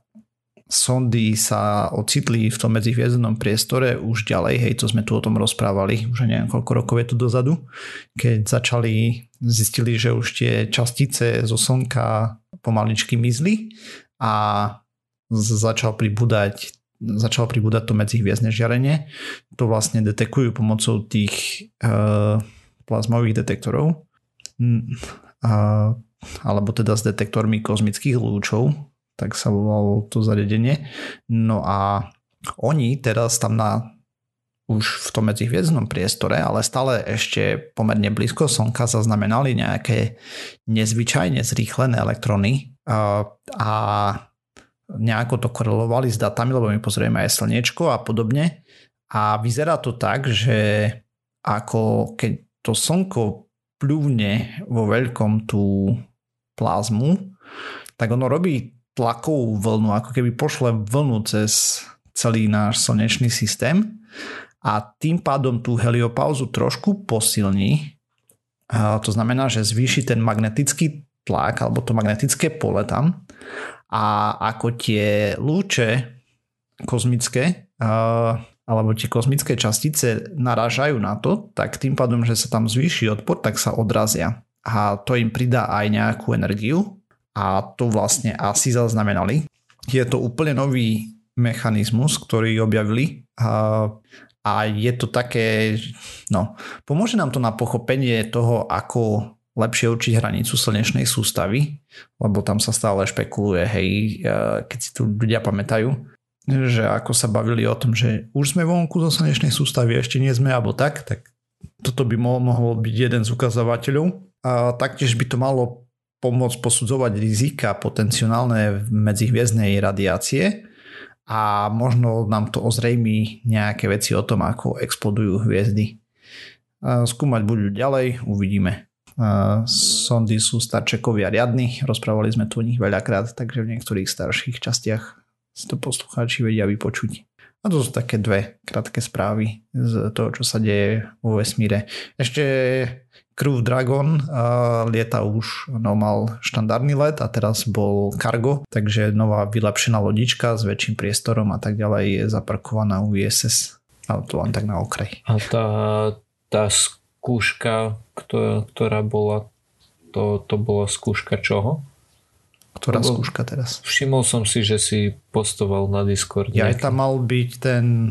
sondy sa ocitli v tom medzihviezdnom priestore už ďalej, hej, to sme tu o tom rozprávali už niekoľko rokov je tu dozadu, keď začali, zistili, že už tie častice zo Slnka pomaličky mizli a začal pribúdať začalo pribúdať to medzihviezdne žiarenie. To vlastne detekujú pomocou tých uh, plazmových detektorov uh, alebo teda s detektormi kozmických lúčov, tak sa volalo to zariadenie. No a oni teraz tam na už v tom medzihviezdnom priestore, ale stále ešte pomerne blízko Slnka zaznamenali nejaké nezvyčajne zrýchlené elektróny uh, a nejako to korelovali s datami, lebo my pozrieme aj slniečko a podobne. A vyzerá to tak, že ako keď to Slnko pľúvne vo veľkom tú plazmu, tak ono robí tlakovú vlnu, ako keby pošle vlnu cez celý náš slnečný systém a tým pádom tú heliopauzu trošku posilní. A to znamená, že zvýši ten magnetický tlak alebo to magnetické pole tam. A ako tie lúče kozmické uh, alebo tie kozmické častice narážajú na to, tak tým pádom, že sa tam zvýši odpor, tak sa odrazia. A to im pridá aj nejakú energiu a to vlastne asi zaznamenali. Je to úplne nový mechanizmus, ktorý objavili uh, a je to také, no, pomôže nám to na pochopenie toho, ako lepšie určiť hranicu slnečnej sústavy, lebo tam sa stále špekuluje, hej, keď si tu ľudia pamätajú, že ako sa bavili o tom, že už sme vonku zo slnečnej sústavy, ešte nie sme, alebo tak, tak toto by mohol byť jeden z ukazovateľov. A taktiež by to malo pomôcť posudzovať rizika potenciálne medzihviezdnej radiácie a možno nám to ozrejmí nejaké veci o tom, ako explodujú hviezdy. A skúmať budú ďalej, uvidíme. Uh, sondy sú starčekovia riadni, rozprávali sme tu o nich veľakrát, takže v niektorých starších častiach si to poslucháči vedia vypočuť. A to sú také dve krátke správy z toho, čo sa deje vo vesmíre. Ešte Crew Dragon uh, lieta už, no mal štandardný let a teraz bol cargo, takže nová vylepšená lodička s väčším priestorom a tak ďalej je zaparkovaná u í es es. Ale to len tak na okraj. A tá, tá skúška, ktorá, ktorá bola, to, to bola skúška čoho? Ktorá Lebo skúška teraz? Všimol som si, že si postoval na Discord. Ja aj tam mal byť ten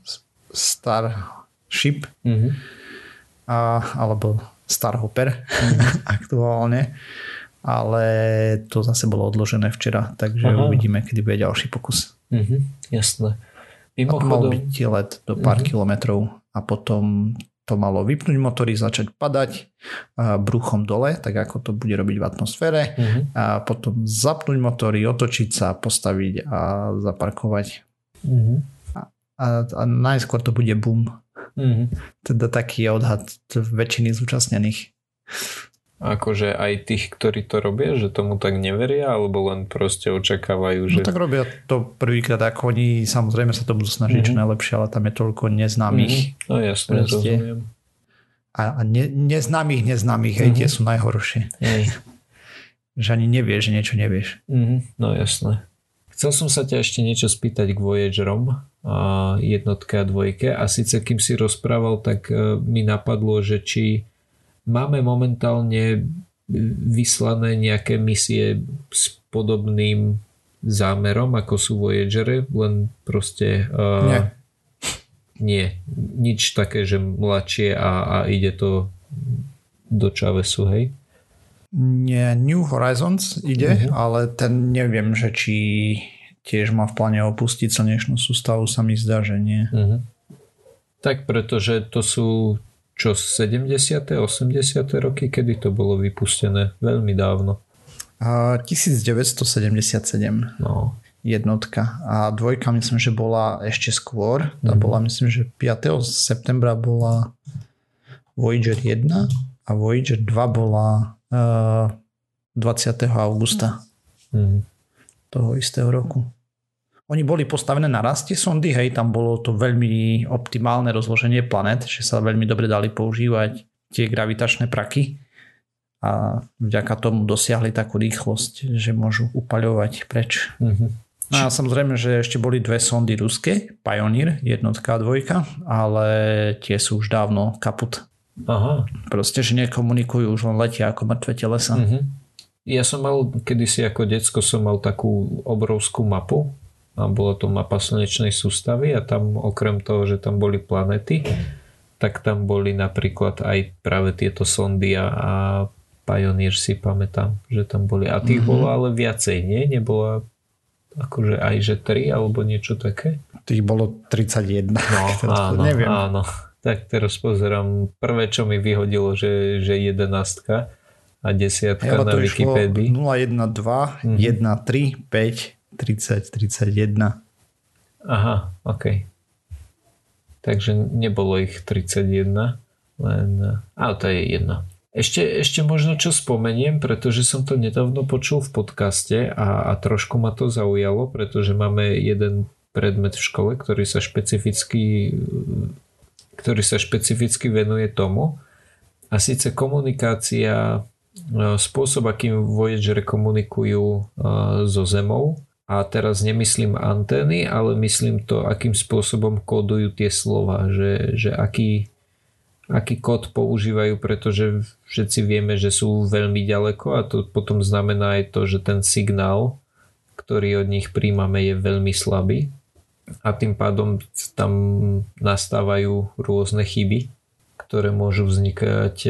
Starship uh-huh. a, alebo Starhopper uh-huh. aktuálne, ale to zase bolo odložené včera, takže Aha. uvidíme, kedy bude ďalší pokus. Uh-huh. Jasné. Mimochodom... A to mal byť let do pár uh-huh. kilometrov a potom to malo vypnúť motory, začať padať bruchom dole, tak ako to bude robiť v atmosfére uh-huh. a potom zapnúť motory, otočiť sa, postaviť a zaparkovať. Uh-huh. A, a, a najskôr to bude boom. Uh-huh. Teda taký je odhad väčšiny zúčastnených. Akože aj tých, ktorí to robia, že tomu tak neveria, alebo len proste očakávajú, že... No tak robia to prvýkrát, ako oni samozrejme sa to budú snažiť mm-hmm. čo najlepšie, ale tam je toľko neznámych. Mm-hmm. No jasne, rozumiem. A, a ne, neznámych neznámych, mm-hmm. hej, tie sú najhoršie. Hej. Že ani nevieš, že niečo nevieš. Mm-hmm. No jasné. Chcel som sa ťa ešte niečo spýtať k Voyagerom, a jednotke a dvojke, a síce kým si rozprával, tak uh, mi napadlo, že či máme momentálne vyslané nejaké misie s podobným zámerom, ako sú Voyagery, len proste uh, nie. nie. Nič také, že mladšie a, a ide to do čavesu, hej? Nie, New Horizons ide, uh-huh. ale ten neviem, že či tiež má v pláne opustiť slnečnú sústavu, sa mi zdá, že nie. Uh-huh. Tak pretože to sú čo sedemdesiate osemdesiate roky, kedy to bolo vypustené? Veľmi dávno. Uh, devätnásťstosedemdesiatsedem. No. Jednotka. A dvojka myslím, že bola ešte skôr. Tá mm. bola myslím, že piateho septembra bola Voyager jeden a Voyager dva bola uh, dvadsiateho augusta mm. toho istého roku. Oni boli postavené na raste sondy, hej, tam bolo to veľmi optimálne rozloženie planet, že sa veľmi dobre dali používať tie gravitačné praky a vďaka tomu dosiahli takú rýchlosť, že môžu upaľovať preč. Mm-hmm. A samozrejme, že ešte boli dve sondy ruské, Pioneer, jednotka a dvojka, ale tie sú už dávno kaput. Aha. Proste, že nekomunikujú, už len letia ako mŕtve telesa. Mm-hmm. Ja som mal, kedysi ako decko som mal takú obrovskú mapu, a bola to mapa slnečnej sústavy a tam okrem toho, že tam boli planety, tak tam boli napríklad aj práve tieto sondy a Pioneer si pamätám, že tam boli. A tých mm-hmm. bolo ale viacej, nie? Nebola akože aj že tri alebo niečo také? Tých bolo tridsaťjeden. No áno, neviem. áno. Tak teraz pozerám, prvé čo mi vyhodilo, že, že jedenástka a desiatka na Wikipédii. nula, jeden, dva, mm-hmm. jeden, tri, päť tridsať, tridsaťjeden. Aha, ok. Takže nebolo ich tridsaťjeden, len... Ale to je jedno. Ešte, ešte možno čo spomeniem, pretože som to nedávno počul v podcaste a, a trošku ma to zaujalo, pretože máme jeden predmet v škole, ktorý sa špecificky ktorý sa špecificky venuje tomu. A síce komunikácia, spôsob, akým Voyager komunikujú so Zemou. A teraz nemyslím antény, ale myslím to, akým spôsobom kódujú tie slova, že, že aký, aký kód používajú, pretože všetci vieme, že sú veľmi ďaleko a to potom znamená aj to, že ten signál, ktorý od nich príjmame, je veľmi slabý a tým pádom tam nastávajú rôzne chyby, ktoré môžu vznikať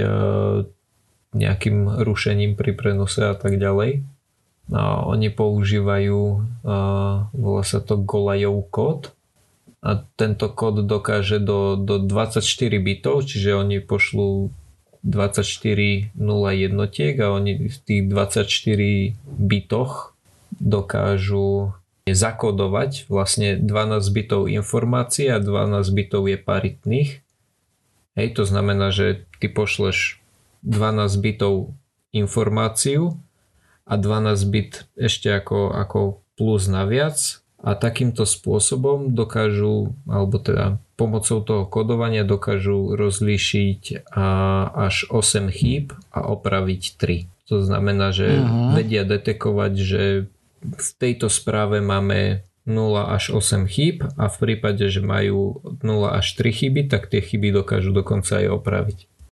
nejakým rušením pri prenose a tak ďalej. A oni používajú, uh, volá sa to Golajov kód a tento kód dokáže do, do dvadsaťštyri bitov, čiže oni pošlú dvadsaťštyri nula jednotiek a oni v tých dvadsaťštyri bitoch dokážu zakodovať vlastne dvanásť bitov informácií a dvanásť bitov je paritných. Hej, to znamená, že ty pošleš dvanásť bitov informáciu a dvanásť bit ešte ako, ako plus naviac a takýmto spôsobom dokážu, alebo teda pomocou toho kodovania dokážu rozlíšiť až osem chýb a opraviť tri. To znamená, že uh-huh. vedia detekovať, že v tejto správe máme nula až osem chýb a v prípade, že majú nula až tri chyby, tak tie chyby dokážu dokonca aj opraviť.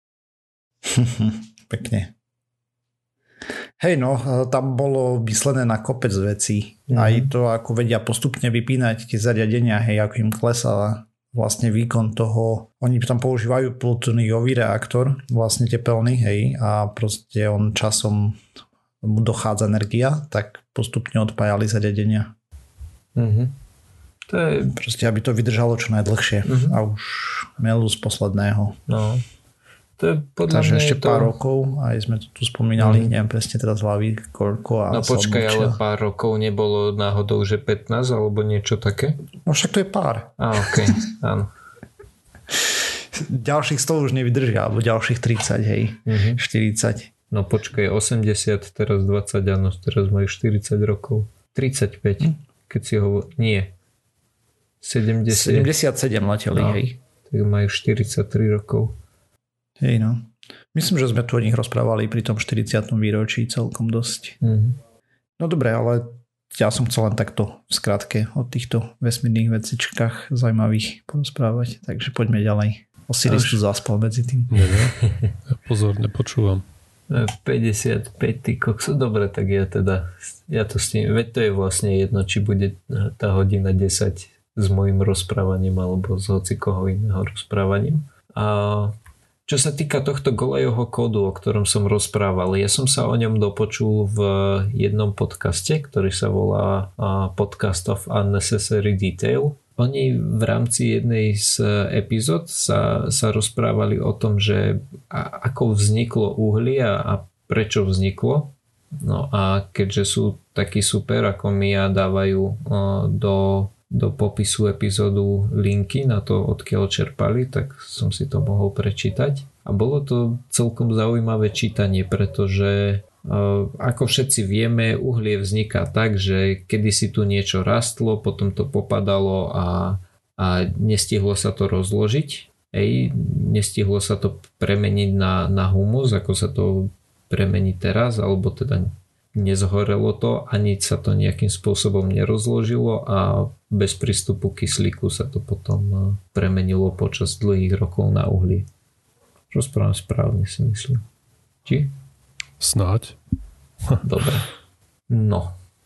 Pekne. Hej no, tam bolo myslené na kopec vecí. Mm-hmm. Aj to, ako vedia postupne vypínať tie zariadenia, hej, ako im klesá vlastne výkon toho. Oni tam používajú plutóniový reaktor, vlastne tepelný, hej, a proste on časom mu dochádza energia, tak postupne odpájali zariadenia. Mm-hmm. To je... Proste, aby to vydržalo čo najdlhšie. Mm-hmm. A už melu z posledného. No. To je podľa Takže mňa ešte to... pár rokov, aj sme to tu spomínali, mm. neviem presne teraz hlavy, koľko. A no počkaj, ale pár rokov nebolo náhodou, že pätnásť alebo niečo také? No však to je pár. Á, okej, okay. Áno. Ďalších sto už nevydržia, alebo ďalších tridsať, hej, mm-hmm. štyridsať. No počkaj, osemdesiat, teraz dvadsať, áno, teraz majú štyridsať rokov. tridsaťpäť, mm. keď si ho... Nie. sedemdesiat... sedemdesiatsedem leteli, no, hej. Tak majú štyridsaťtri rokov. Hej no. Myslím, že sme tu o nich rozprávali pri tom štyridsiatom výročí celkom dosť. Mm-hmm. No dobre, ale ja som chcel len takto v skratke o týchto vesmírnych vecičkách zaujímavých porozprávať. Takže poďme ďalej. Osiris tu zaspal medzi tým. Nie, nie. Ja pozorne počúvam. päťdesiatpäť, ty kokso. Dobre, tak ja teda ja to s tým, veď to je vlastne jedno, či bude tá hodina desať s mojím rozprávaním alebo s hocikoho iného rozprávaním. A čo sa týka tohto Golajovho kódu, o ktorom som rozprával, ja som sa o ňom dopočul v jednom podcaste, ktorý sa volá Podcast of Unnecessary Detail. Oni v rámci jednej z epizód sa, sa rozprávali o tom, že ako vzniklo uhlie a prečo vzniklo No a keďže sú takí super ako my a dávajú do, do popisu epizódu linky na to, odkiaľ čerpali, tak som si to mohol prečítať. A bolo to celkom zaujímavé čítanie, pretože ako všetci vieme, uhlie vzniká tak, že kedysi tu niečo rastlo, potom to popadalo a, a nestihlo sa to rozložiť. Ej, nestihlo sa to premeniť na, na humus, ako sa to premení teraz, alebo teda nezhorelo to, ani sa to nejakým spôsobom nerozložilo a bez prístupu kyslíku sa to potom premenilo počas dlhých rokov na uhlie. Rozprávam správne, si myslím. Či? Snáď. Dobre. No.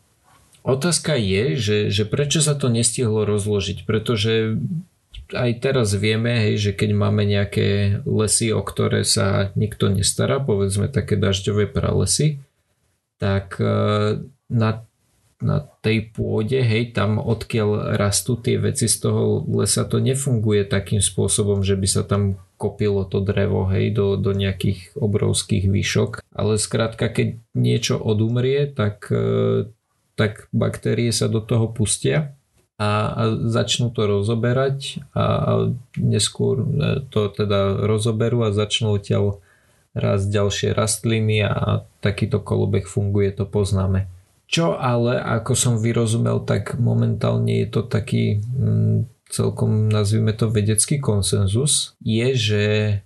Otázka je, že, že prečo sa to nestihlo rozložiť, pretože aj teraz vieme, hej, že keď máme nejaké lesy, o ktoré sa nikto nestará, povedzme také dažďové pralesy, tak na, na tej pôde, hej, tam odkiaľ rastú tie veci z toho lesa, to nefunguje takým spôsobom, že by sa tam kopilo to drevo, hej, do, do nejakých obrovských výšok, ale skrátka, keď niečo odumrie, tak, tak baktérie sa do toho pustia a, a začnú to rozoberať a, a neskôr to teda rozoberú a začnú odtiaľ rásť ďalšie rastliny a takýto kolobeh funguje, to poznáme. Čo ale, ako som vyrozumel, tak momentálne je to taký mm, celkom, nazvime to, vedecký konsenzus, je, že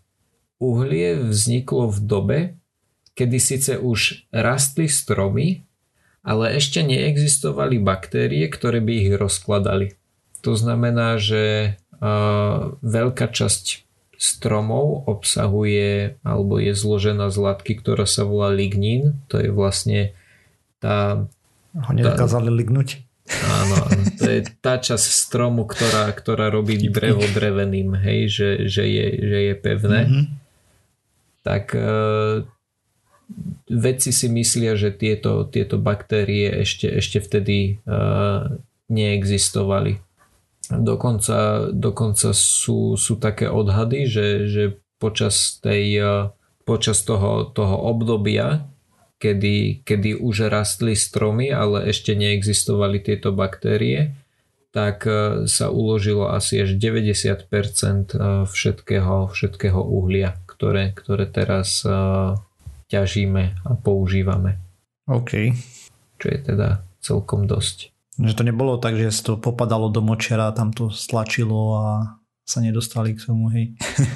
uhlie vzniklo v dobe, kedy síce už rastli stromy, ale ešte neexistovali baktérie, ktoré by ich rozkladali. To znamená, že uh, veľká časť stromov obsahuje alebo je zložená z látky, ktorá sa volá lignín. To je vlastne tá... Ho nedokázali lignúť. Áno, áno, to je tá časť stromu, ktorá, ktorá robí drevo dreveným, hej, že, že, je, že je pevné. Mm-hmm. Tak e, vedci si myslia, že tieto, tieto baktérie ešte, ešte vtedy e, neexistovali. Dokonca, dokonca sú, sú také odhady, že, že počas, tej, e, počas toho, toho obdobia, Kedy, kedy už rastli stromy, ale ešte neexistovali tieto baktérie, tak sa uložilo asi až deväťdesiat percent všetkého, všetkého uhlia, ktoré, ktoré teraz ťažíme a používame. OK. Čo je teda celkom dosť. Že to nebolo tak, že to popadalo do močera, tam to stlačilo a sa nedostali k tomu, hej.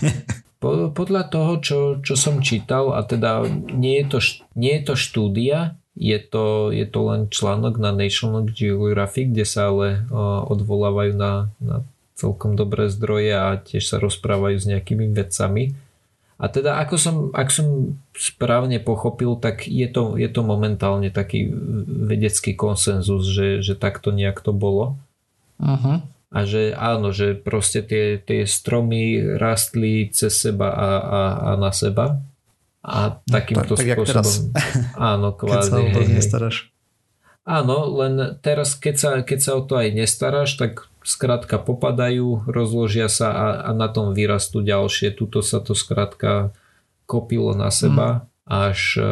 Podľa toho, čo, čo som čítal, a teda nie je to, nie je to štúdia, je to, je to len článok na National Geographic, kde sa ale odvolávajú na, na celkom dobré zdroje a tiež sa rozprávajú s nejakými vedcami. A teda ako som, ak som správne pochopil, tak je to, je to momentálne taký vedecký konsenzus, že, že takto nejak to bolo. Uh-huh. A že áno, že proste tie, tie stromy rastli cez seba a, a, a na seba. A takýmto no, tak, tak spôsobom... Áno, kvázi. Keď sa o to nestaráš. Áno, len teraz, keď sa, keď sa o to aj nestaráš, tak skrátka popadajú, rozložia sa a, a na tom vyrastú ďalšie. Tuto sa to skrátka kopilo na seba, mm. až e,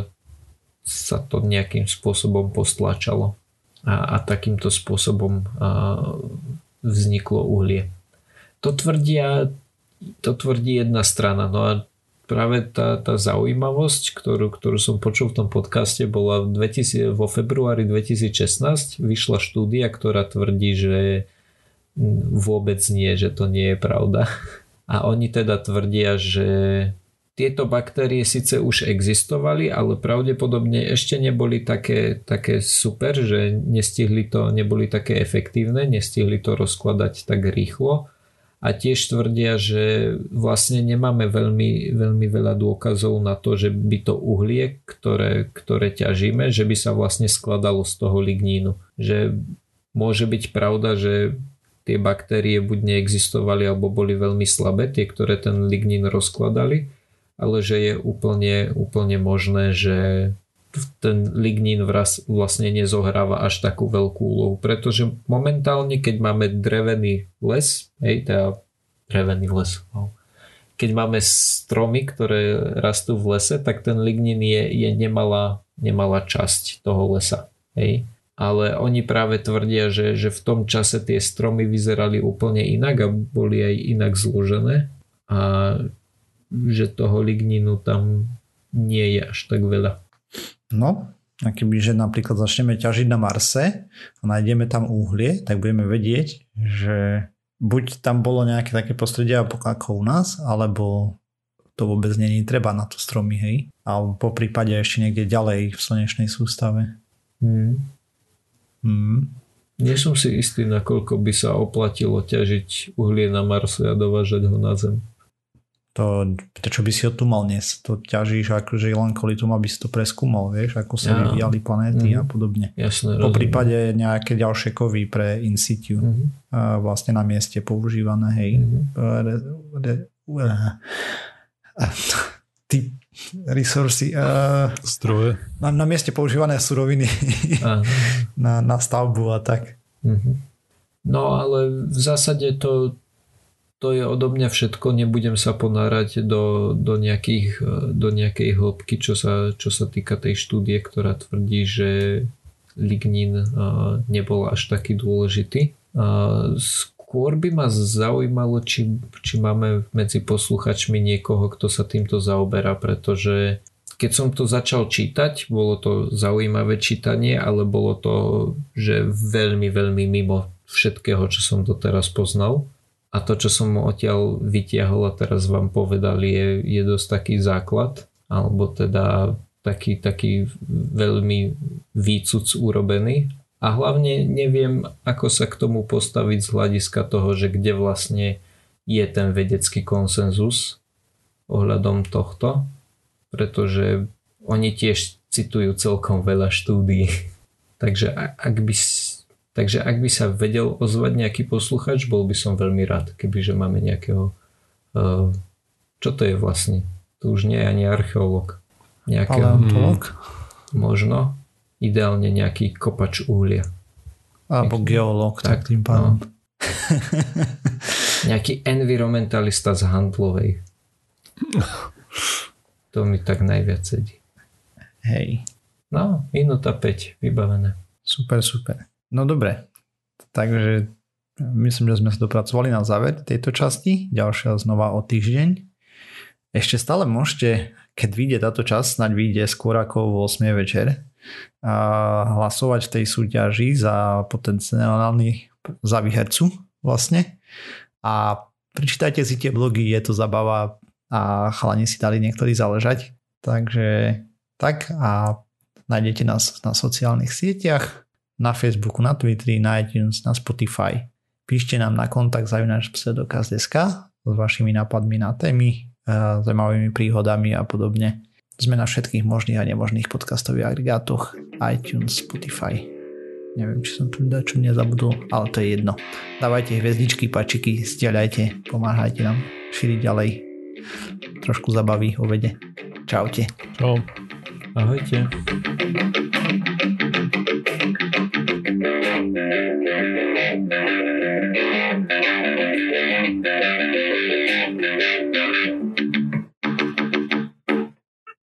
sa to nejakým spôsobom postlačalo. A, a takýmto spôsobom a, vzniklo uhlie. To tvrdia, to tvrdí jedna strana. No a práve tá, tá zaujímavosť, ktorú, ktorú som počul v tom podcaste, bola v dvetisíc, vo februári dvetisícšestnásť vyšla štúdia, ktorá tvrdí, že vôbec nie, že to nie je pravda. A oni teda tvrdia, že tieto baktérie síce už existovali, ale pravdepodobne ešte neboli také, také super, že nestihli to, neboli také efektívne, nestihli to rozkladať tak rýchlo. A tiež tvrdia, že vlastne nemáme veľmi, veľmi veľa dôkazov na to, že by to uhlie, ktoré, ktoré ťažíme, že by sa vlastne skladalo z toho lignínu. Že môže byť pravda, že tie baktérie buď neexistovali, alebo boli veľmi slabé, tie, ktoré ten lignín rozkladali, ale že je úplne, úplne možné, že ten lignín vlastne nezohráva až takú veľkú úlohu, pretože momentálne, keď máme drevený les, hej, teda drevený les, no. Keď máme stromy, ktoré rastú v lese, tak ten lignín je, je nemalá, nemalá časť toho lesa. Hej. Ale oni práve tvrdia, že, že v tom čase tie stromy vyzerali úplne inak a boli aj inak zložené a že toho ligninu tam nie je až tak veľa. No, a kebyže napríklad začneme ťažiť na Marse a nájdeme tam uhlie, tak budeme vedieť, že buď tam bolo nejaké také prostredie ako u nás, alebo to vôbec nie je treba na to stromy, hej? Alebo po prípade ešte niekde ďalej v slnečnej sústave. Hmm. Hmm. Nie som si istý, nakoľko by sa oplatilo ťažiť uhlie na Marse a dovážať ho na Zem. To, prečo by si ho tu mal dnes? To ťažíš akože len kvôli tomu, aby si to preskúmal, vieš, ako sa ja. vyvíjali planéty mm. a podobne. Jasné, po prípade nejaké ďalšie kovy pre in situ mm. a vlastne na mieste používané, hej. Mm. Re, re, re, ty resursy uh, zdroje. Na, na mieste používané suroviny na, na stavbu a tak. Mm-hmm. No ale v zásade to To je odo mňa všetko, nebudem sa ponárať do, do, nejakých, do nejakej hĺbky, čo sa, čo sa týka tej štúdie, ktorá tvrdí, že lignín nebol až taký dôležitý. Skôr by ma zaujímalo, či, či máme medzi posluchačmi niekoho, kto sa týmto zaoberá, pretože keď som to začal čítať, bolo to zaujímavé čítanie, ale bolo to, že veľmi, veľmi mimo všetkého, čo som doteraz poznal. A to, čo som odtiaľ vytiahol a teraz vám povedal, je, je dosť taký základ, alebo teda taký, taký veľmi výcuc urobený. A hlavne neviem, ako sa k tomu postaviť z hľadiska toho, že kde vlastne je ten vedecký konsenzus ohľadom tohto, pretože oni tiež citujú celkom veľa štúdií. Takže ak by Takže ak by sa vedel ozvať nejaký posluchač, bol by som veľmi rád, kebyže máme nejakého... Uh, čo to je vlastne? To už nie je ani archeológ. Paleontológ? Možno. Ideálne nejaký kopač uhlia. Alebo nejaký, geológ, tak, tak tým pádom. No. Nejaký environmentalista z Handlovej. To mi tak najviac sedí. Hej. No, minúta päť, vybavené. Super, super. No dobre, takže myslím, že sme sa dopracovali na záver tejto časti. Ďalšia znova o týždeň. Ešte stále môžete, keď vyjde táto časť, snáď vyjde skôr ako o ôsmej večer, a hlasovať v tej súťaži za potenciálny za výhercu vlastne. A prečítajte si tie blogy, je to zabava a chalani si dali niektorí záležať. Takže tak a nájdete nás na sociálnych sieťach, na Facebooku, na Twitteri, na iTunes, na Spotify. Píšte nám na kontakt zavináč pseudokaz bodka es ká s vašimi nápadmi na témy, zaujímavými príhodami a podobne. Sme na všetkých možných a nemožných podcastových agregátoch, iTunes, Spotify. Neviem, či som tu dačo nezabudol, ale to je jedno. Dávajte hviezdičky, pačiky, zdieľajte, pomáhajte nám šíriť ďalej trošku zabavy o vede. Čaute. Čau. Ahojte. Thank you.